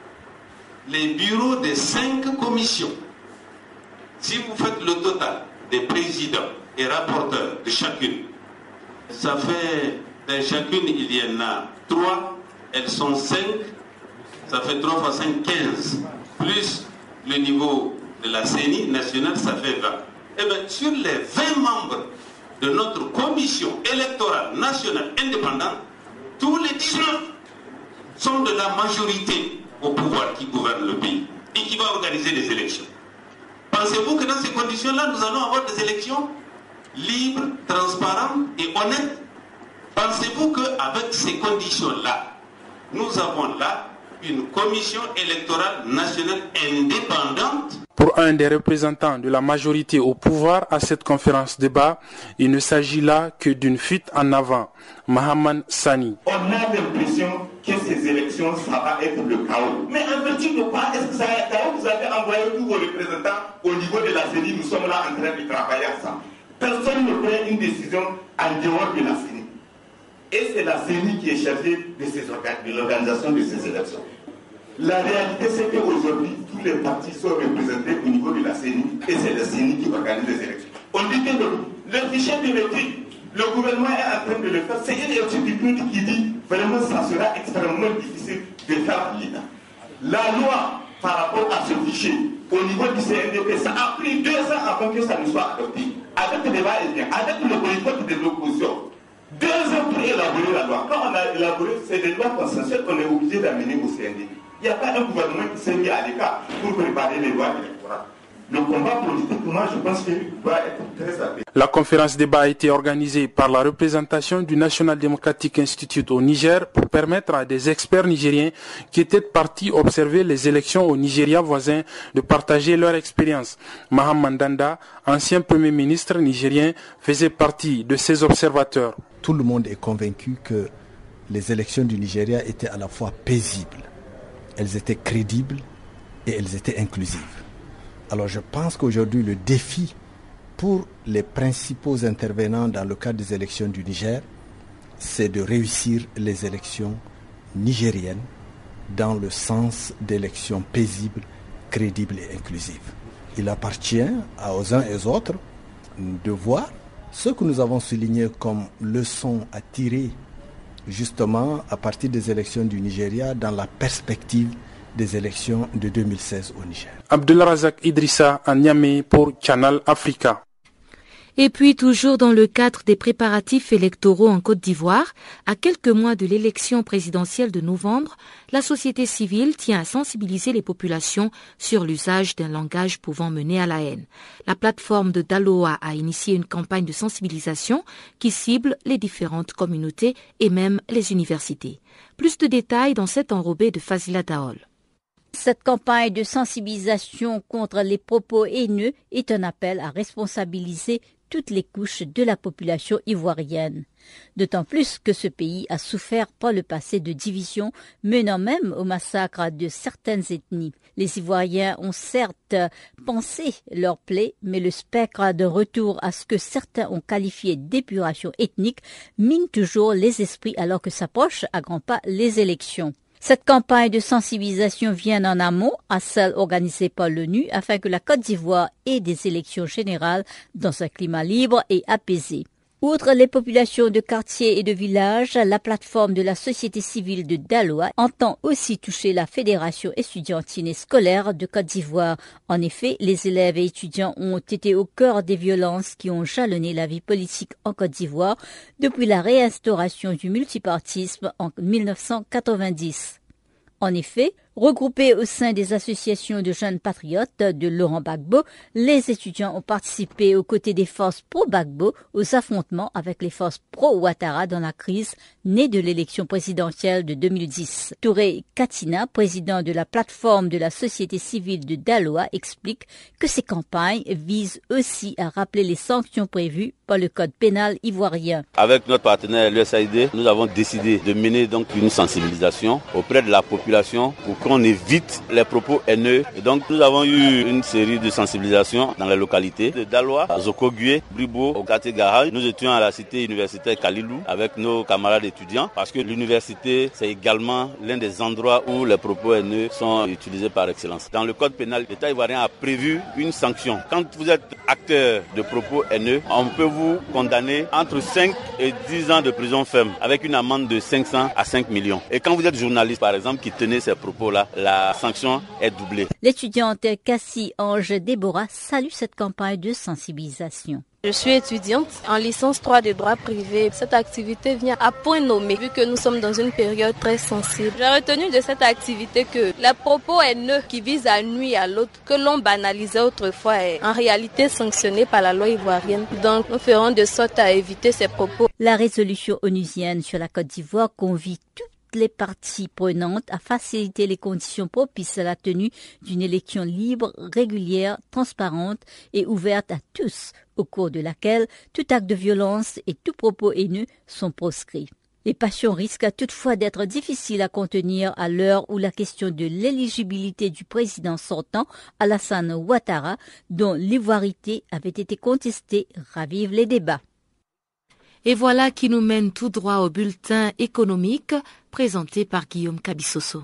[SPEAKER 10] les bureaux des 5 commissions, si vous faites le total des présidents et rapporteurs de chacune, ça fait, dans chacune, il y en a 3, elles sont 5, ça fait 3 fois 5, 15, plus le niveau de la CENI nationale, ça fait 20. Et bien, sur les 20 membres de notre commission électorale nationale indépendante, tous les 19 sont de la majorité au pouvoir qui gouverne le pays et qui va organiser des élections. Pensez-vous que dans ces conditions-là, nous allons avoir des élections libres, transparentes et honnêtes? Pensez-vous qu'avec ces conditions-là, nous avons là une commission électorale nationale indépendante?
[SPEAKER 9] Pour un des représentants de la majorité au pouvoir à cette conférence débat, il ne s'agit là que d'une fuite en avant. Mohamed Sani.
[SPEAKER 8] On a l'impression que ces élections, ça va être le chaos. Mais en vertu de quoi est-ce que ça va être le chaos? Vous avez envoyé tous vos représentants au niveau de la CENI, nous sommes là en train de travailler à ça. Personne ne prend une décision en dehors de la CENI. Et c'est la CENI qui est chargée de l'organisation de ces élections. La réalité, c'est qu'aujourd'hui, tous les partis sont représentés au niveau de la CENI et c'est la CENI qui organise les élections. On dit que le fichier biométrique, le gouvernement est en train de le faire. C'est une étude qui dit vraiment ça sera extrêmement difficile de faire l'État. La loi par rapport à ce fichier, au niveau du CNDP, ça a pris 2 ans avant que ça ne soit adopté. Avec le débat et avec le boycott de l'opposition. 2 ans pour élaborer la loi. Quand on a élaboré, c'est des lois consensuelles qu'on est obligé d'amener au CNDP. Il n'y a pas un gouvernement qui s'est mis à l'écart pour préparer les lois électorales. Le combat politique, moi, je pense qu'il doit être très apprécié.
[SPEAKER 9] La conférence débat a été organisée par la représentation du National Democratic Institute au Niger pour permettre à des experts nigériens qui étaient partis observer les élections au Nigeria voisin de partager leur expérience. Mahaman Danda, ancien premier ministre nigérien, faisait partie de ces observateurs.
[SPEAKER 2] Tout le monde est convaincu que les élections du Nigeria étaient à la fois paisibles, elles étaient crédibles et elles étaient inclusives. Alors je pense qu'aujourd'hui le défi pour les principaux intervenants dans le cadre des élections du Niger, c'est de réussir les élections nigériennes dans le sens d'élections paisibles, crédibles et inclusives. Il appartient aux uns et aux autres de voir ce que nous avons souligné comme leçon à tirer justement à partir des élections du Nigeria dans la perspective des élections de 2016 au Niger.
[SPEAKER 9] Abdelrazak Idrissa à Niamey pour Channel Africa.
[SPEAKER 3] Et puis, toujours dans le cadre des préparatifs électoraux en Côte d'Ivoire, à quelques mois de l'élection présidentielle de novembre, la société civile tient à sensibiliser les populations sur l'usage d'un langage pouvant mener à la haine. La plateforme de Daloa a initié une campagne de sensibilisation qui cible les différentes communautés et même les universités. Plus de détails dans cet enrobé de Fazila Daol.
[SPEAKER 5] Cette campagne de sensibilisation contre les propos haineux est un appel à responsabiliser toutes les couches de la population ivoirienne. D'autant plus que ce pays a souffert par le passé de divisions menant même au massacre de certaines ethnies. Les Ivoiriens ont certes pensé leur plaie, mais le spectre de retour à ce que certains ont qualifié d'épuration ethnique mine toujours les esprits alors que s'approchent à grands pas les élections. Cette campagne de sensibilisation vient en amont à celle organisée par l'ONU afin que la Côte d'Ivoire ait des élections générales dans un climat libre et apaisé. Outre les populations de quartiers et de villages, la plateforme de la société civile de Daloa entend aussi toucher la Fédération estudiantine et scolaire de Côte d'Ivoire. En effet, les élèves et étudiants ont été au cœur des violences qui ont jalonné la vie politique en Côte d'Ivoire depuis la réinstauration du multipartisme en 1990. En effet, regroupés au sein des associations de jeunes patriotes de Laurent Gbagbo, les étudiants ont participé aux côtés des forces pro-Gbagbo aux affrontements avec les forces pro-Ouattara dans la crise née de l'élection présidentielle de 2010. Touré Katina, président de la plateforme de la société civile de Daloa, explique que ces campagnes visent aussi à rappeler les sanctions prévues par le code pénal ivoirien.
[SPEAKER 11] Avec notre partenaire l'USAID, nous avons décidé de mener donc une sensibilisation auprès de la population pour qu'on évite les propos haineux. Et donc nous avons eu une série de sensibilisations dans les localités de Daloa, Zokogué, Bribo, au quartier Garage. Nous étions à la cité universitaire Kalilou avec nos camarades étudiants parce que l'université c'est également l'un des endroits où les propos haineux sont utilisés par excellence. Dans le code pénal, l'État ivoirien a prévu une sanction. Quand vous êtes acteur de propos haineux, on peut vous condamner entre 5 et 10 ans de prison ferme avec une amende de 500 à 5 millions. Et quand vous êtes journaliste par exemple qui tenez ces propos-là, la sanction est doublée.
[SPEAKER 5] L'étudiante Cassie Ange Déborah salue cette campagne de sensibilisation.
[SPEAKER 12] Je suis étudiante en licence 3 de droit privé. Cette activité vient à point nommé vu que nous sommes dans une période très sensible. J'ai retenu de cette activité que les propos haineux qui visent à nuire à l'autre, que l'on banalisait autrefois, est en réalité sanctionné par la loi ivoirienne. Donc nous ferons de sorte à éviter ces propos.
[SPEAKER 5] La résolution onusienne sur la Côte d'Ivoire convie toutes les parties prenantes à faciliter les conditions propices à la tenue d'une élection libre, régulière, transparente et ouverte à tous, au cours de laquelle tout acte de violence et tout propos haineux sont proscrits. Les passions risquent toutefois d'être difficiles à contenir à l'heure où la question de l'éligibilité du président sortant, Alassane Ouattara, dont l'ivoirité avait été contestée, ravive les débats.
[SPEAKER 3] Et voilà qui nous mène tout droit au bulletin économique présenté par Guillaume Kabissoso.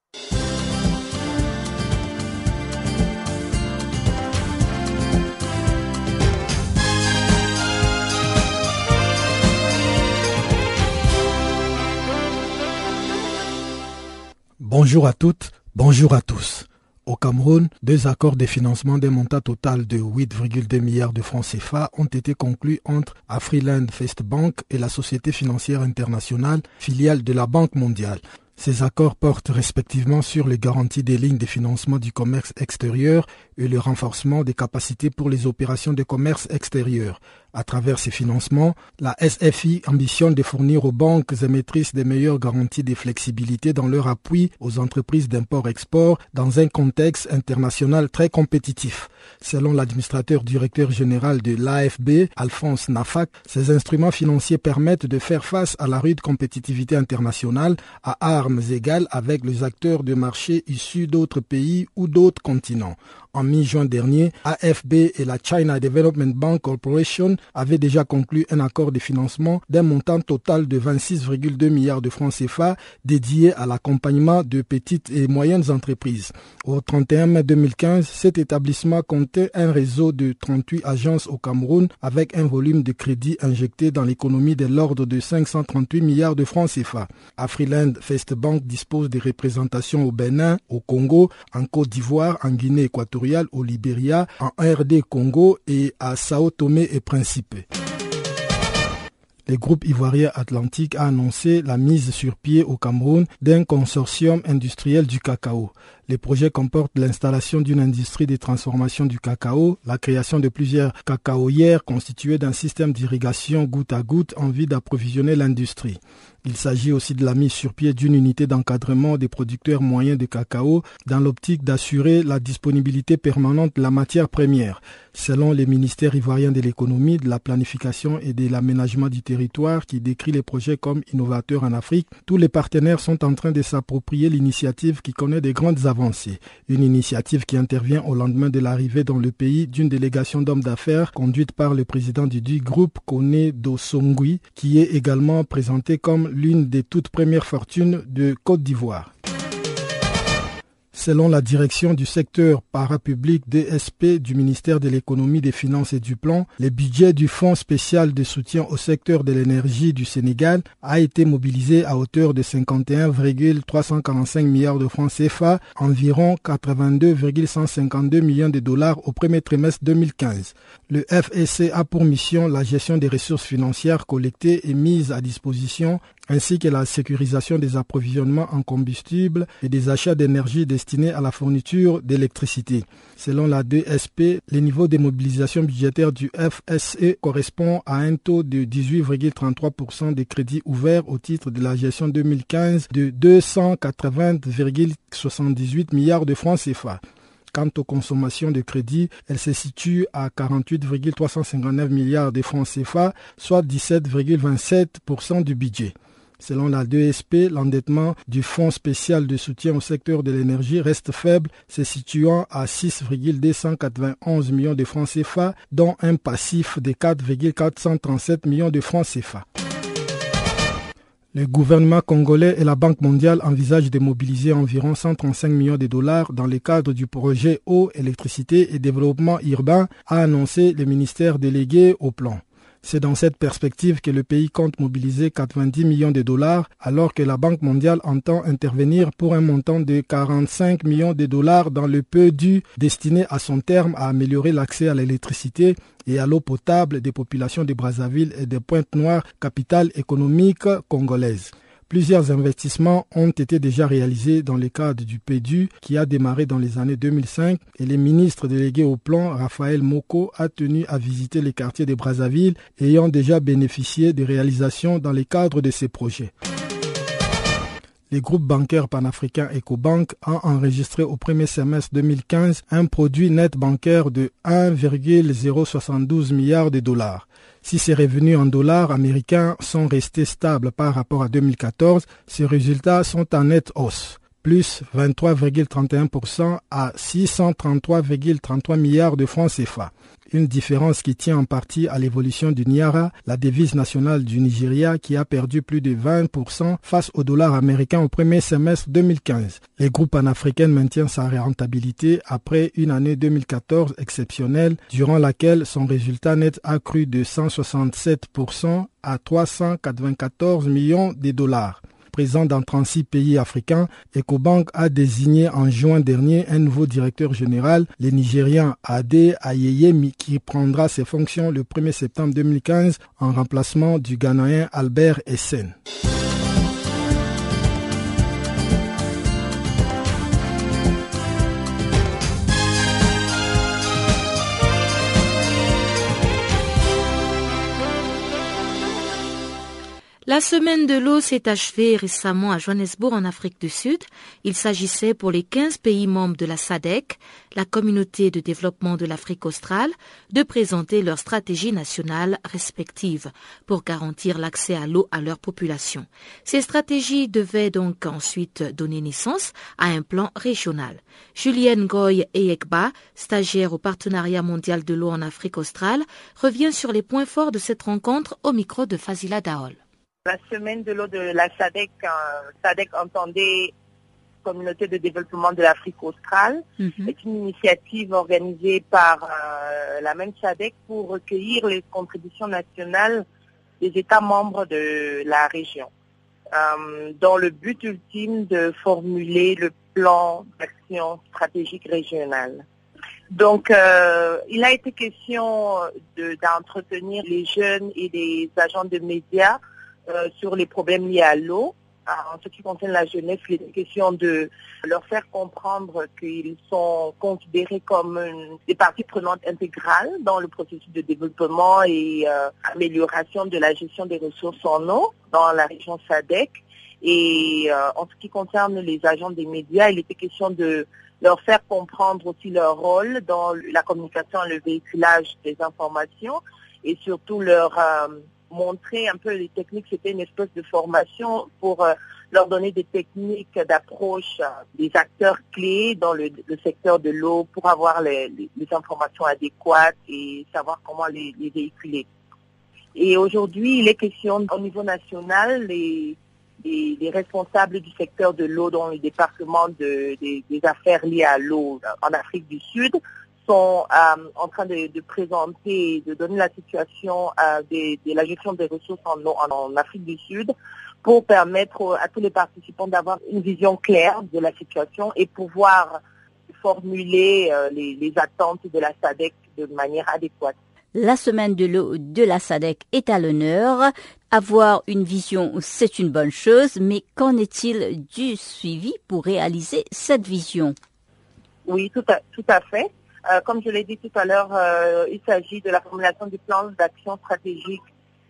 [SPEAKER 4] Bonjour à toutes, bonjour à tous. Au Cameroun, 2 accords de financement d'un montant total de 8,2 milliards de francs CFA ont été conclus entre Afriland First Bank et la Société financière internationale, filiale de la Banque mondiale. Ces accords portent respectivement sur les garanties des lignes de financement du commerce extérieur et le renforcement des capacités pour les opérations de commerce extérieur. À travers ces financements, la SFI ambitionne de fournir aux banques émettrices des meilleures garanties de flexibilité dans leur appui aux entreprises d'import-export dans un contexte international très compétitif. Selon l'administrateur directeur général de l'AFB, Alphonse Nafak, ces instruments financiers permettent de faire face à la rude compétitivité internationale à armes égales avec les acteurs de marché issus d'autres pays ou d'autres continents. En mi-juin dernier, AFB et la China Development Bank Corporation avaient déjà conclu un accord de financement d'un montant total de 26,2 milliards de francs CFA dédié à l'accompagnement de petites et moyennes entreprises. Au 31 mai 2015, cet établissement comptait un réseau de 38 agences au Cameroun avec un volume de crédit injecté dans l'économie de l'ordre de 538 milliards de francs CFA. Afriland First Bank dispose de représentations au Bénin, au Congo, en Côte d'Ivoire, en Guinée équatoriale, au Libéria, en RD Congo et à Sao Tomé et Principe. Le groupe ivoirien Atlantique a annoncé la mise sur pied au Cameroun d'un consortium industriel du cacao. Les projets comportent l'installation d'une industrie de transformation du cacao, la création de plusieurs cacaoyères constituées d'un système d'irrigation goutte à goutte en vue d'approvisionner l'industrie. Il s'agit aussi de la mise sur pied d'une unité d'encadrement des producteurs moyens de cacao dans l'optique d'assurer la disponibilité permanente de la matière première. Selon les ministères ivoiriens de l'économie, de la planification et de l'aménagement du territoire qui décrit les projets comme innovateurs en Afrique, tous les partenaires sont en train de s'approprier l'initiative qui connaît de grandes avancées. Une initiative qui intervient au lendemain de l'arrivée dans le pays d'une délégation d'hommes d'affaires conduite par le président du groupe, Koné Dosongui, qui est également présenté comme l'une des toutes premières fortunes de Côte d'Ivoire. Selon la direction du secteur parapublic DSP du ministère de l'économie, des finances et du plan, le budget du Fonds spécial de soutien au secteur de l'énergie du Sénégal a été mobilisé à hauteur de 51,345 milliards de francs CFA, environ 82,152 millions de dollars au premier trimestre 2015. Le FSC a pour mission la gestion des ressources financières collectées et mises à disposition, ainsi que la sécurisation des approvisionnements en combustible et des achats d'énergie destinés à la fourniture d'électricité. Selon la DSP, le niveau de mobilisation budgétaire du FSE correspond à un taux de 18,33% des crédits ouverts au titre de la gestion 2015 de 280,78 milliards de francs CFA. Quant aux consommations de crédit, elles se situent à 48,359 milliards de francs CFA, soit 17,27% du budget. Selon la DSP, l'endettement du Fonds spécial de soutien au secteur de l'énergie reste faible, se situant à 6,291 millions de francs CFA, dont un passif de 4,437 millions de francs CFA. Le gouvernement congolais et la Banque mondiale envisagent de mobiliser environ 135 millions de dollars dans le cadre du projet eau, électricité et développement urbain, a annoncé le ministère délégué au plan. C'est dans cette perspective que le pays compte mobiliser 90 millions de dollars, alors que la Banque mondiale entend intervenir pour un montant de 45 millions de dollars dans le PEDU destiné à son terme à améliorer l'accès à l'électricité et à l'eau potable des populations de Brazzaville et de Pointe-Noire, capitale économique congolaise. Plusieurs investissements ont été déjà réalisés dans le cadre du PEDU qui a démarré dans les années 2005 et le ministre délégué au plan, Raphaël Moko, a tenu à visiter les quartiers de Brazzaville ayant déjà bénéficié des réalisations dans le cadre de ces projets. Le groupe bancaire panafricain Ecobank a enregistré au premier semestre 2015 un produit net bancaire de 1,072 milliard de dollars. Si ces revenus en dollars américains sont restés stables par rapport à 2014, ces résultats sont en nette hausse, plus 23,31% à 633,33 milliards de francs CFA. Une différence qui tient en partie à l'évolution du Niara, la devise nationale du Nigeria qui a perdu plus de 20% face au dollar américain au premier semestre 2015. Le groupe panafricain maintient sa rentabilité après une année 2014 exceptionnelle durant laquelle son résultat net a cru de 167% à 394 millions de dollars. Présent dans 36 pays africains, Ecobank a désigné en juin dernier un nouveau directeur général, le Nigérian Ade Ayeyemi, qui prendra ses fonctions le 1er septembre 2015 en remplacement du Ghanéen Albert Essen.
[SPEAKER 3] La semaine de l'eau s'est achevée récemment à Johannesburg en Afrique du Sud. Il s'agissait pour les 15 pays membres de la SADC, la communauté de développement de l'Afrique australe, de présenter leurs stratégies nationales respectives pour garantir l'accès à l'eau à leur population. Ces stratégies devaient donc ensuite donner naissance à un plan régional. Julienne Goy-Eyekba, stagiaire au Partenariat mondial de l'eau en Afrique australe, revient sur les points forts de cette rencontre au micro de Fazila Daol.
[SPEAKER 13] La semaine de l'eau de la SADC, SADC entendait Communauté de développement de l'Afrique australe. C'est une initiative organisée par la même SADC pour recueillir les contributions nationales des États membres de la région, dans le but ultime de formuler le plan d'action stratégique régional. Donc, il a été question d'entretenir les jeunes et les agents de médias sur les problèmes liés à l'eau. En ce qui concerne la jeunesse, il est question de leur faire comprendre qu'ils sont considérés comme des parties prenantes intégrales dans le processus de développement et amélioration de la gestion des ressources en eau dans la région SADC. Et en ce qui concerne les agents des médias, il était question de leur faire comprendre aussi leur rôle dans la communication et le véhiculage des informations et surtout leur montrer un peu les techniques. C'était une espèce de formation pour leur donner des techniques d'approche des acteurs clés dans le secteur de l'eau pour avoir les informations adéquates et savoir comment les véhiculer. Et aujourd'hui, il est question au niveau national, les responsables du secteur de l'eau dans le département des affaires liées à l'eau en Afrique du Sud sont en train de présenter, de donner la situation de la gestion des ressources en eau en Afrique du Sud pour permettre à tous les participants d'avoir une vision claire de la situation et pouvoir formuler les attentes de la SADC de manière adéquate.
[SPEAKER 5] La semaine de l'eau de la SADC est à l'honneur. Avoir une vision, c'est une bonne chose, mais qu'en est-il du suivi pour réaliser cette vision?
[SPEAKER 13] Oui, tout à fait. Comme je l'ai dit tout à l'heure, il s'agit de la formulation du plan d'action stratégique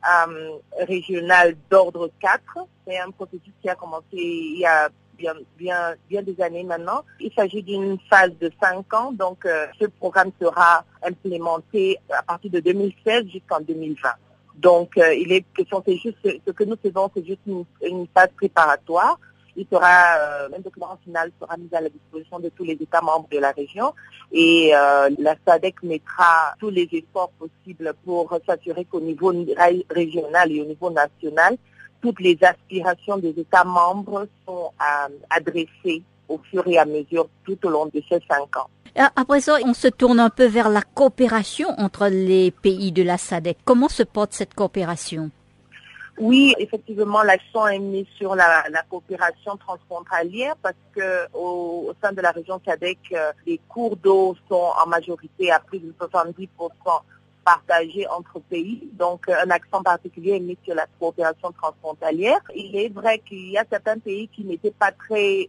[SPEAKER 13] régional d'ordre 4. C'est un processus qui a commencé il y a bien des années maintenant. Il s'agit d'une phase de 5 ans, donc ce programme sera implémenté à partir de 2016 jusqu'en 2020. Donc il est question, c'est juste ce que nous faisons, c'est juste une phase préparatoire. Il sera, un document final sera mis à la disposition de tous les États membres de la région et la SADC mettra tous les efforts possibles pour s'assurer qu'au niveau régional et au niveau national, toutes les aspirations des États membres sont adressées au fur et à mesure tout au long de ces 5 ans.
[SPEAKER 5] À présent, on se tourne un peu vers la coopération entre les pays de la SADC. Comment se porte cette coopération?
[SPEAKER 13] Oui, effectivement, l'accent est mis sur la coopération transfrontalière parce que au sein de la région SADC, les cours d'eau sont en majorité à plus de 70% partagés entre pays. Donc, un accent particulier est mis sur la coopération transfrontalière. Il est vrai qu'il y a certains pays qui n'étaient pas très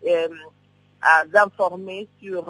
[SPEAKER 13] informés sur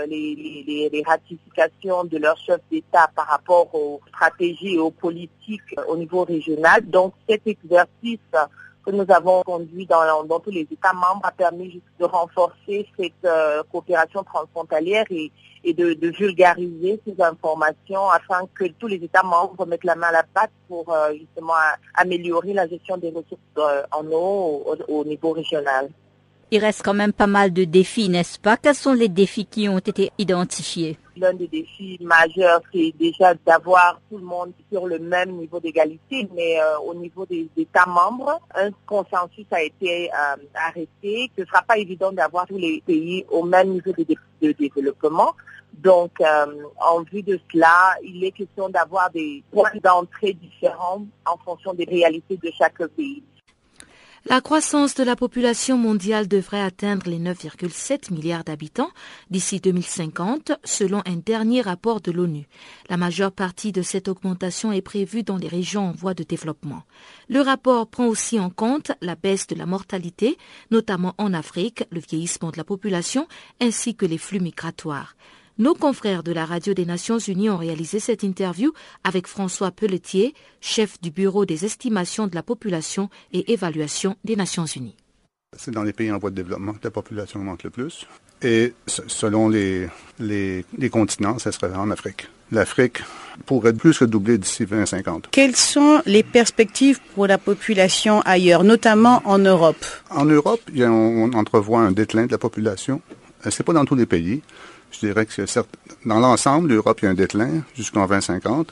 [SPEAKER 13] les ratifications de leurs chefs d'État par rapport aux stratégies et aux politiques au niveau régional. Donc cet exercice que nous avons conduit dans tous les États membres a permis de renforcer cette coopération transfrontalière et de vulgariser ces informations afin que tous les États membres mettent la main à la pâte pour justement améliorer la gestion des ressources en eau au niveau régional.
[SPEAKER 5] Il reste quand même pas mal de défis, n'est-ce pas? Quels sont les défis qui ont été identifiés?
[SPEAKER 13] L'un des défis majeurs, c'est déjà d'avoir tout le monde sur le même niveau d'égalité, mais au niveau des États membres, un consensus a été arrêté. Ce ne sera pas évident d'avoir tous les pays au même niveau de développement. Donc, en vue de cela, il est question d'avoir des points d'entrée différents en fonction des réalités de chaque pays.
[SPEAKER 3] La croissance de la population mondiale devrait atteindre les 9,7 milliards d'habitants d'ici 2050, selon un dernier rapport de l'ONU. La majeure partie de cette augmentation est prévue dans les régions en voie de développement. Le rapport prend aussi en compte la baisse de la mortalité, notamment en Afrique, le vieillissement de la population, ainsi que les flux migratoires. Nos confrères de la Radio des Nations Unies ont réalisé cette interview avec François Pelletier, chef du Bureau des estimations de la population et évaluation des Nations Unies.
[SPEAKER 14] C'est dans les pays en voie de développement que la population augmente le plus. Et selon les continents, ça serait en Afrique. L'Afrique pourrait plus que doubler d'ici 2050.
[SPEAKER 15] Quelles sont les perspectives pour la population ailleurs, notamment en Europe?
[SPEAKER 14] En Europe, on entrevoit un déclin de la population. C'est pas dans tous les pays. Je dirais que dans l'ensemble, l'Europe, il y a un déclin jusqu'en 2050.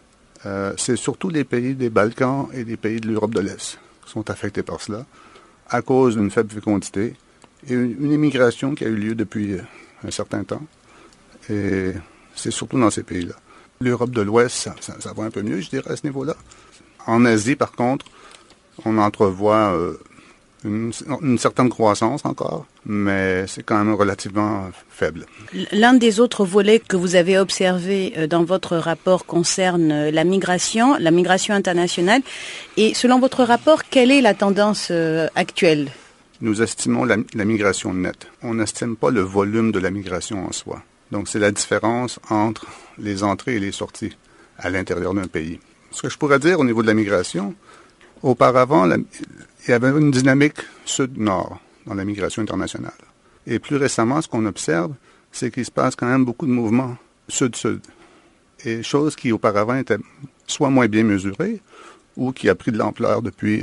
[SPEAKER 14] C'est surtout les pays des Balkans et les pays de l'Europe de l'Est qui sont affectés par cela, à cause d'une faible fécondité et une immigration qui a eu lieu depuis un certain temps. Et c'est surtout dans ces pays-là. L'Europe de l'Ouest, ça va un peu mieux, je dirais, à ce niveau-là. En Asie, par contre, on entrevoit une certaine croissance encore, mais c'est quand même relativement faible.
[SPEAKER 15] L'un des autres volets que vous avez observé dans votre rapport concerne la migration internationale. Et selon votre rapport, quelle est la tendance actuelle?
[SPEAKER 14] Nous estimons la migration nette. On n'estime pas le volume de la migration en soi. Donc c'est la différence entre les entrées et les sorties à l'intérieur d'un pays. Ce que je pourrais dire au niveau de la migration, auparavant, il y avait une dynamique sud-nord dans la migration internationale. Et plus récemment, ce qu'on observe, c'est qu'il se passe quand même beaucoup de mouvements sud-sud. Et chose qui auparavant était soit moins bien mesurée, ou qui a pris de l'ampleur depuis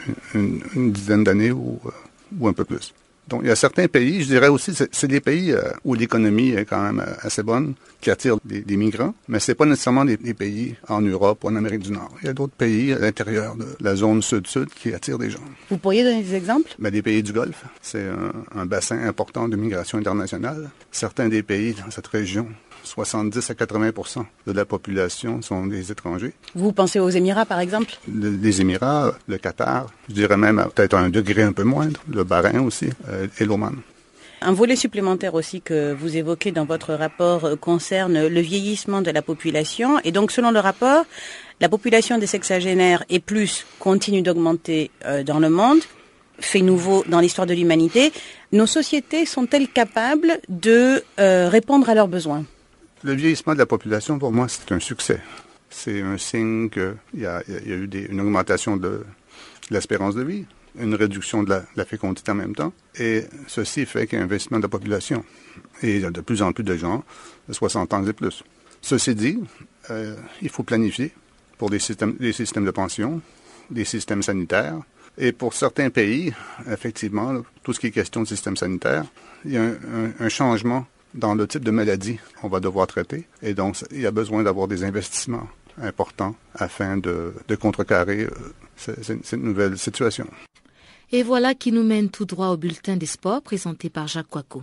[SPEAKER 14] une dizaine d'années ou un peu plus. Donc, il y a certains pays, je dirais aussi, c'est des pays où l'économie est quand même assez bonne, qui attirent des migrants, mais c'est pas nécessairement des pays en Europe ou en Amérique du Nord. Il y a d'autres pays à l'intérieur de la zone sud-sud qui attirent des gens.
[SPEAKER 15] Vous pourriez donner des exemples?
[SPEAKER 14] Des pays du Golfe, c'est un bassin important de migration internationale. Certains des pays dans cette région, 70 à 80% de la population sont des étrangers.
[SPEAKER 15] Vous pensez aux Émirats, par exemple?
[SPEAKER 14] Les Émirats, le Qatar, je dirais même peut-être à un degré un peu moindre, le Bahreïn aussi, et l'Oman.
[SPEAKER 15] Un volet supplémentaire aussi que vous évoquez dans votre rapport concerne le vieillissement de la population. Et donc, selon le rapport, la population des sexagénaires et plus continue d'augmenter dans le monde, fait nouveau dans l'histoire de l'humanité. Nos sociétés sont-elles capables de répondre à leurs besoins?
[SPEAKER 14] Le vieillissement de la population, pour moi, c'est un succès. C'est un signe qu'il y a eu une augmentation de l'espérance de vie, une réduction de la fécondité en même temps. Et ceci fait qu'il y a un vieillissement de la population. Et il y a de plus en plus de gens de 60 ans et plus. Ceci dit, il faut planifier pour des systèmes de pension, des systèmes sanitaires. Et pour certains pays, effectivement, tout ce qui est question de système sanitaire, il y a un changement dans le type de maladie qu'on va devoir traiter. Et donc, il y a besoin d'avoir des investissements importants afin de contrecarrer cette nouvelle situation.
[SPEAKER 3] Et voilà qui nous mène tout droit au bulletin des sports présenté par Jacques Kouakou.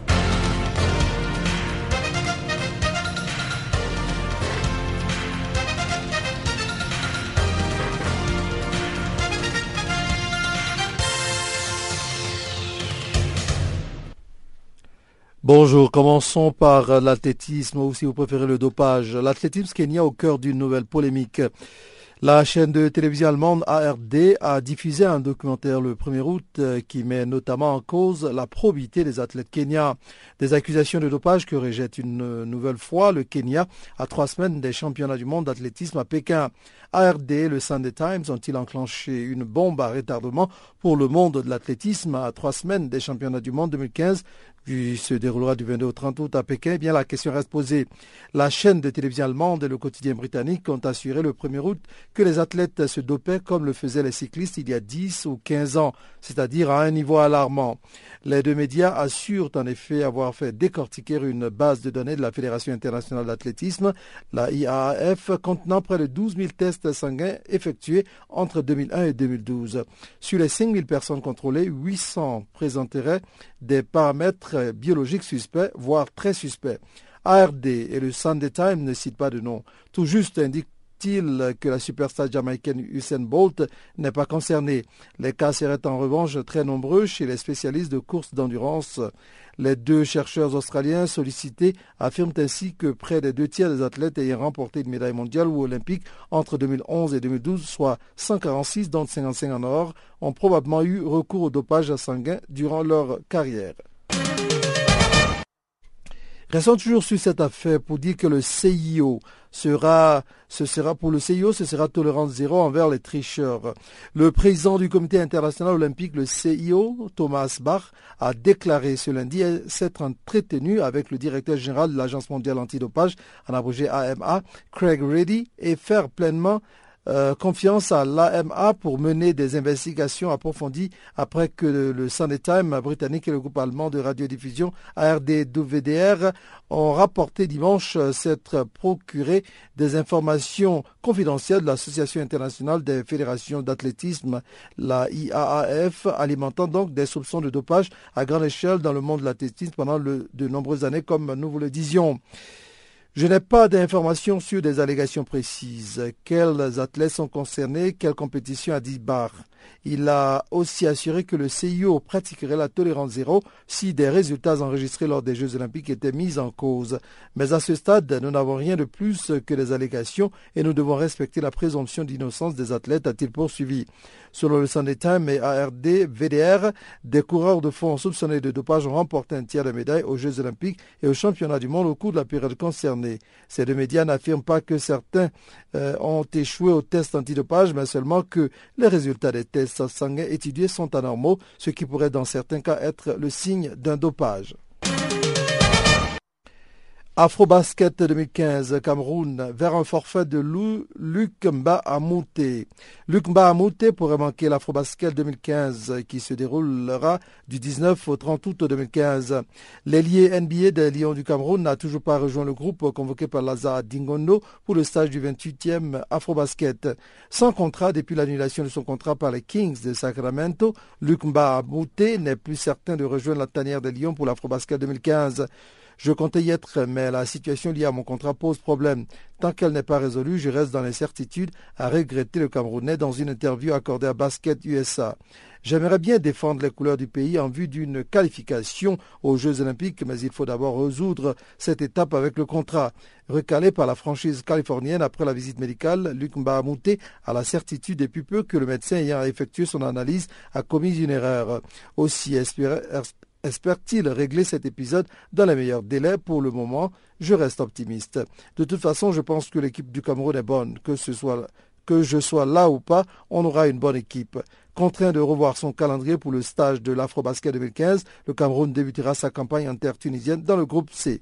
[SPEAKER 16] Bonjour, commençons par l'athlétisme ou si vous préférez le dopage. L'athlétisme kenyan au cœur d'une nouvelle polémique. La chaîne de télévision allemande ARD a diffusé un documentaire le 1er août qui met notamment en cause la probité des athlètes kenyans. Des accusations de dopage que rejette une nouvelle fois le Kenya à 3 semaines des championnats du monde d'athlétisme à Pékin. ARD et le Sunday Times ont-ils enclenché une bombe à retardement pour le monde de l'athlétisme à 3 semaines des championnats du monde 2015 qui se déroulera du 22 au 30 août à Pékin? Eh bien, la question reste posée. La chaîne de télévision allemande et le quotidien britannique ont assuré le 1er août que les athlètes se dopaient comme le faisaient les cyclistes il y a 10 ou 15 ans, c'est-à-dire à un niveau alarmant. Les deux médias assurent en effet avoir fait décortiquer une base de données de la Fédération internationale d'athlétisme, la IAAF, contenant près de 12 000 tests sanguins effectués entre 2001 et 2012. Sur les 5 000 personnes contrôlées, 800 présenteraient des paramètres biologiques suspects, voire très suspects. ARD et le Sunday Times ne citent pas de nom. Tout juste indique-t-il que la superstar jamaïcaine Usain Bolt n'est pas concernée. Les cas seraient en revanche très nombreux chez les spécialistes de courses d'endurance. Les deux chercheurs australiens sollicités affirment ainsi que près des 2 tiers des athlètes ayant remporté une médaille mondiale ou olympique entre 2011 et 2012, soit 146 dont 55 en or, ont probablement eu recours au dopage sanguin durant leur carrière. Restons toujours sur cette affaire pour dire que le CIO ce sera tolérance zéro envers les tricheurs. Le président du comité international olympique, le CIO, Thomas Bach, a déclaré ce lundi s'être entretenu avec le directeur général de l'Agence mondiale antidopage, en abrégé AMA, Craig Reddy, et faire pleinement confiance à l'AMA pour mener des investigations approfondies après que le Sunday Times britannique et le groupe allemand de radiodiffusion ARD-WDR ont rapporté dimanche s'être procuré des informations confidentielles de l'Association internationale des fédérations d'athlétisme, la IAAF, alimentant donc des soupçons de dopage à grande échelle dans le monde de l'athlétisme pendant de nombreuses années, comme nous vous le disions. Je n'ai pas d'informations sur des allégations précises. Quels athlètes sont concernés? Quelle compétition, a dit Barr. Il a aussi assuré que le CIO pratiquerait la tolérance zéro si des résultats enregistrés lors des Jeux olympiques étaient mis en cause. Mais à ce stade, nous n'avons rien de plus que des allégations et nous devons respecter la présomption d'innocence des athlètes, a-t-il poursuivi. Selon le Sunday Times et ARD-VDR, des coureurs de fond soupçonnés de dopage ont remporté un tiers de médailles aux Jeux olympiques et aux championnats du monde au cours de la période concernée. Ces deux médias n'affirment pas que certains ont échoué au test antidopage, mais seulement que les résultats des tests sanguins étudiés sont anormaux, ce qui pourrait dans certains cas être le signe d'un dopage. Afrobasket 2015, Cameroun, vers un forfait de Luc Mbah-a-Moute. Luc Mbah-a-Moute pourrait manquer l'Afrobasket 2015 qui se déroulera du 19 au 30 août 2015. L'ailier NBA des Lions du Cameroun n'a toujours pas rejoint le groupe convoqué par Lazare Dingono pour le stage du 28e Afrobasket. Sans contrat depuis l'annulation de son contrat par les Kings de Sacramento, Luc Mbah-a-Moute n'est plus certain de rejoindre la tanière des Lions pour l'Afrobasket 2015. Je comptais y être, mais la situation liée à mon contrat pose problème. Tant qu'elle n'est pas résolue, je reste dans l'incertitude, a regretté le Camerounais dans une interview accordée à Basket USA. J'aimerais bien défendre les couleurs du pays en vue d'une qualification aux Jeux Olympiques, mais il faut d'abord résoudre cette étape avec le contrat. Recalé par la franchise californienne après la visite médicale, Luc Mbah-a-Moute a la certitude depuis peu que le médecin ayant effectué son analyse a commis une erreur. Aussi espère-t-il régler cet épisode dans les meilleurs délais? Pour le moment, je reste optimiste. De toute façon, je pense que l'équipe du Cameroun est bonne. Que je sois là ou pas, on aura une bonne équipe. Contraint de revoir son calendrier pour le stage de l'Afrobasket 2015, le Cameroun débutera sa campagne en terre tunisienne dans le groupe C.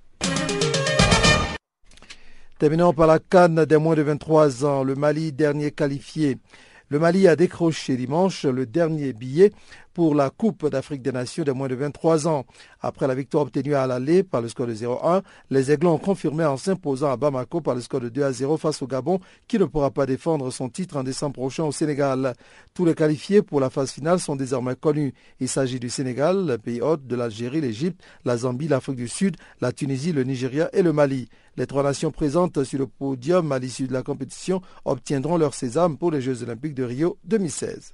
[SPEAKER 16] Terminons par la CAN des moins de 23 ans. Le Mali, dernier qualifié. Le Mali a décroché dimanche le dernier billet pour la Coupe d'Afrique des Nations des moins de 23 ans. Après la victoire obtenue à l'aller par le score de 0-1, les Aiglons ont confirmé en s'imposant à Bamako par le score de 2-0 face au Gabon qui ne pourra pas défendre son titre en décembre prochain au Sénégal. Tous les qualifiés pour la phase finale sont désormais connus. Il s'agit du Sénégal, le pays hôte, de l'Algérie, l'Égypte, la Zambie, l'Afrique du Sud, la Tunisie, le Nigeria et le Mali. Les 3 nations présentes sur le podium à l'issue de la compétition obtiendront leur sésame pour les Jeux Olympiques de Rio 2016.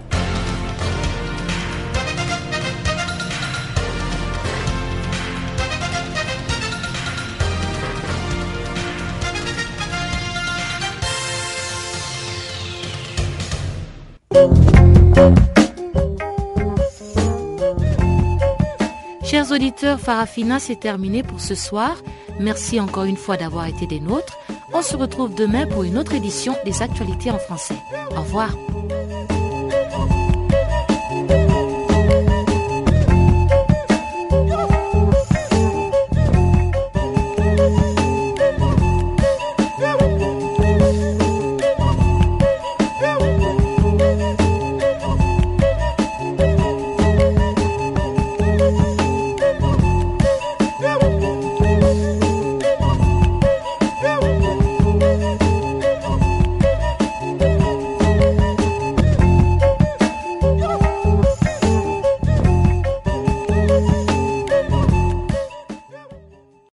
[SPEAKER 3] Chers auditeurs, Farafina, c'est terminé pour ce soir. Merci encore une fois d'avoir été des nôtres. On se retrouve demain pour une autre édition des actualités en français. Au revoir.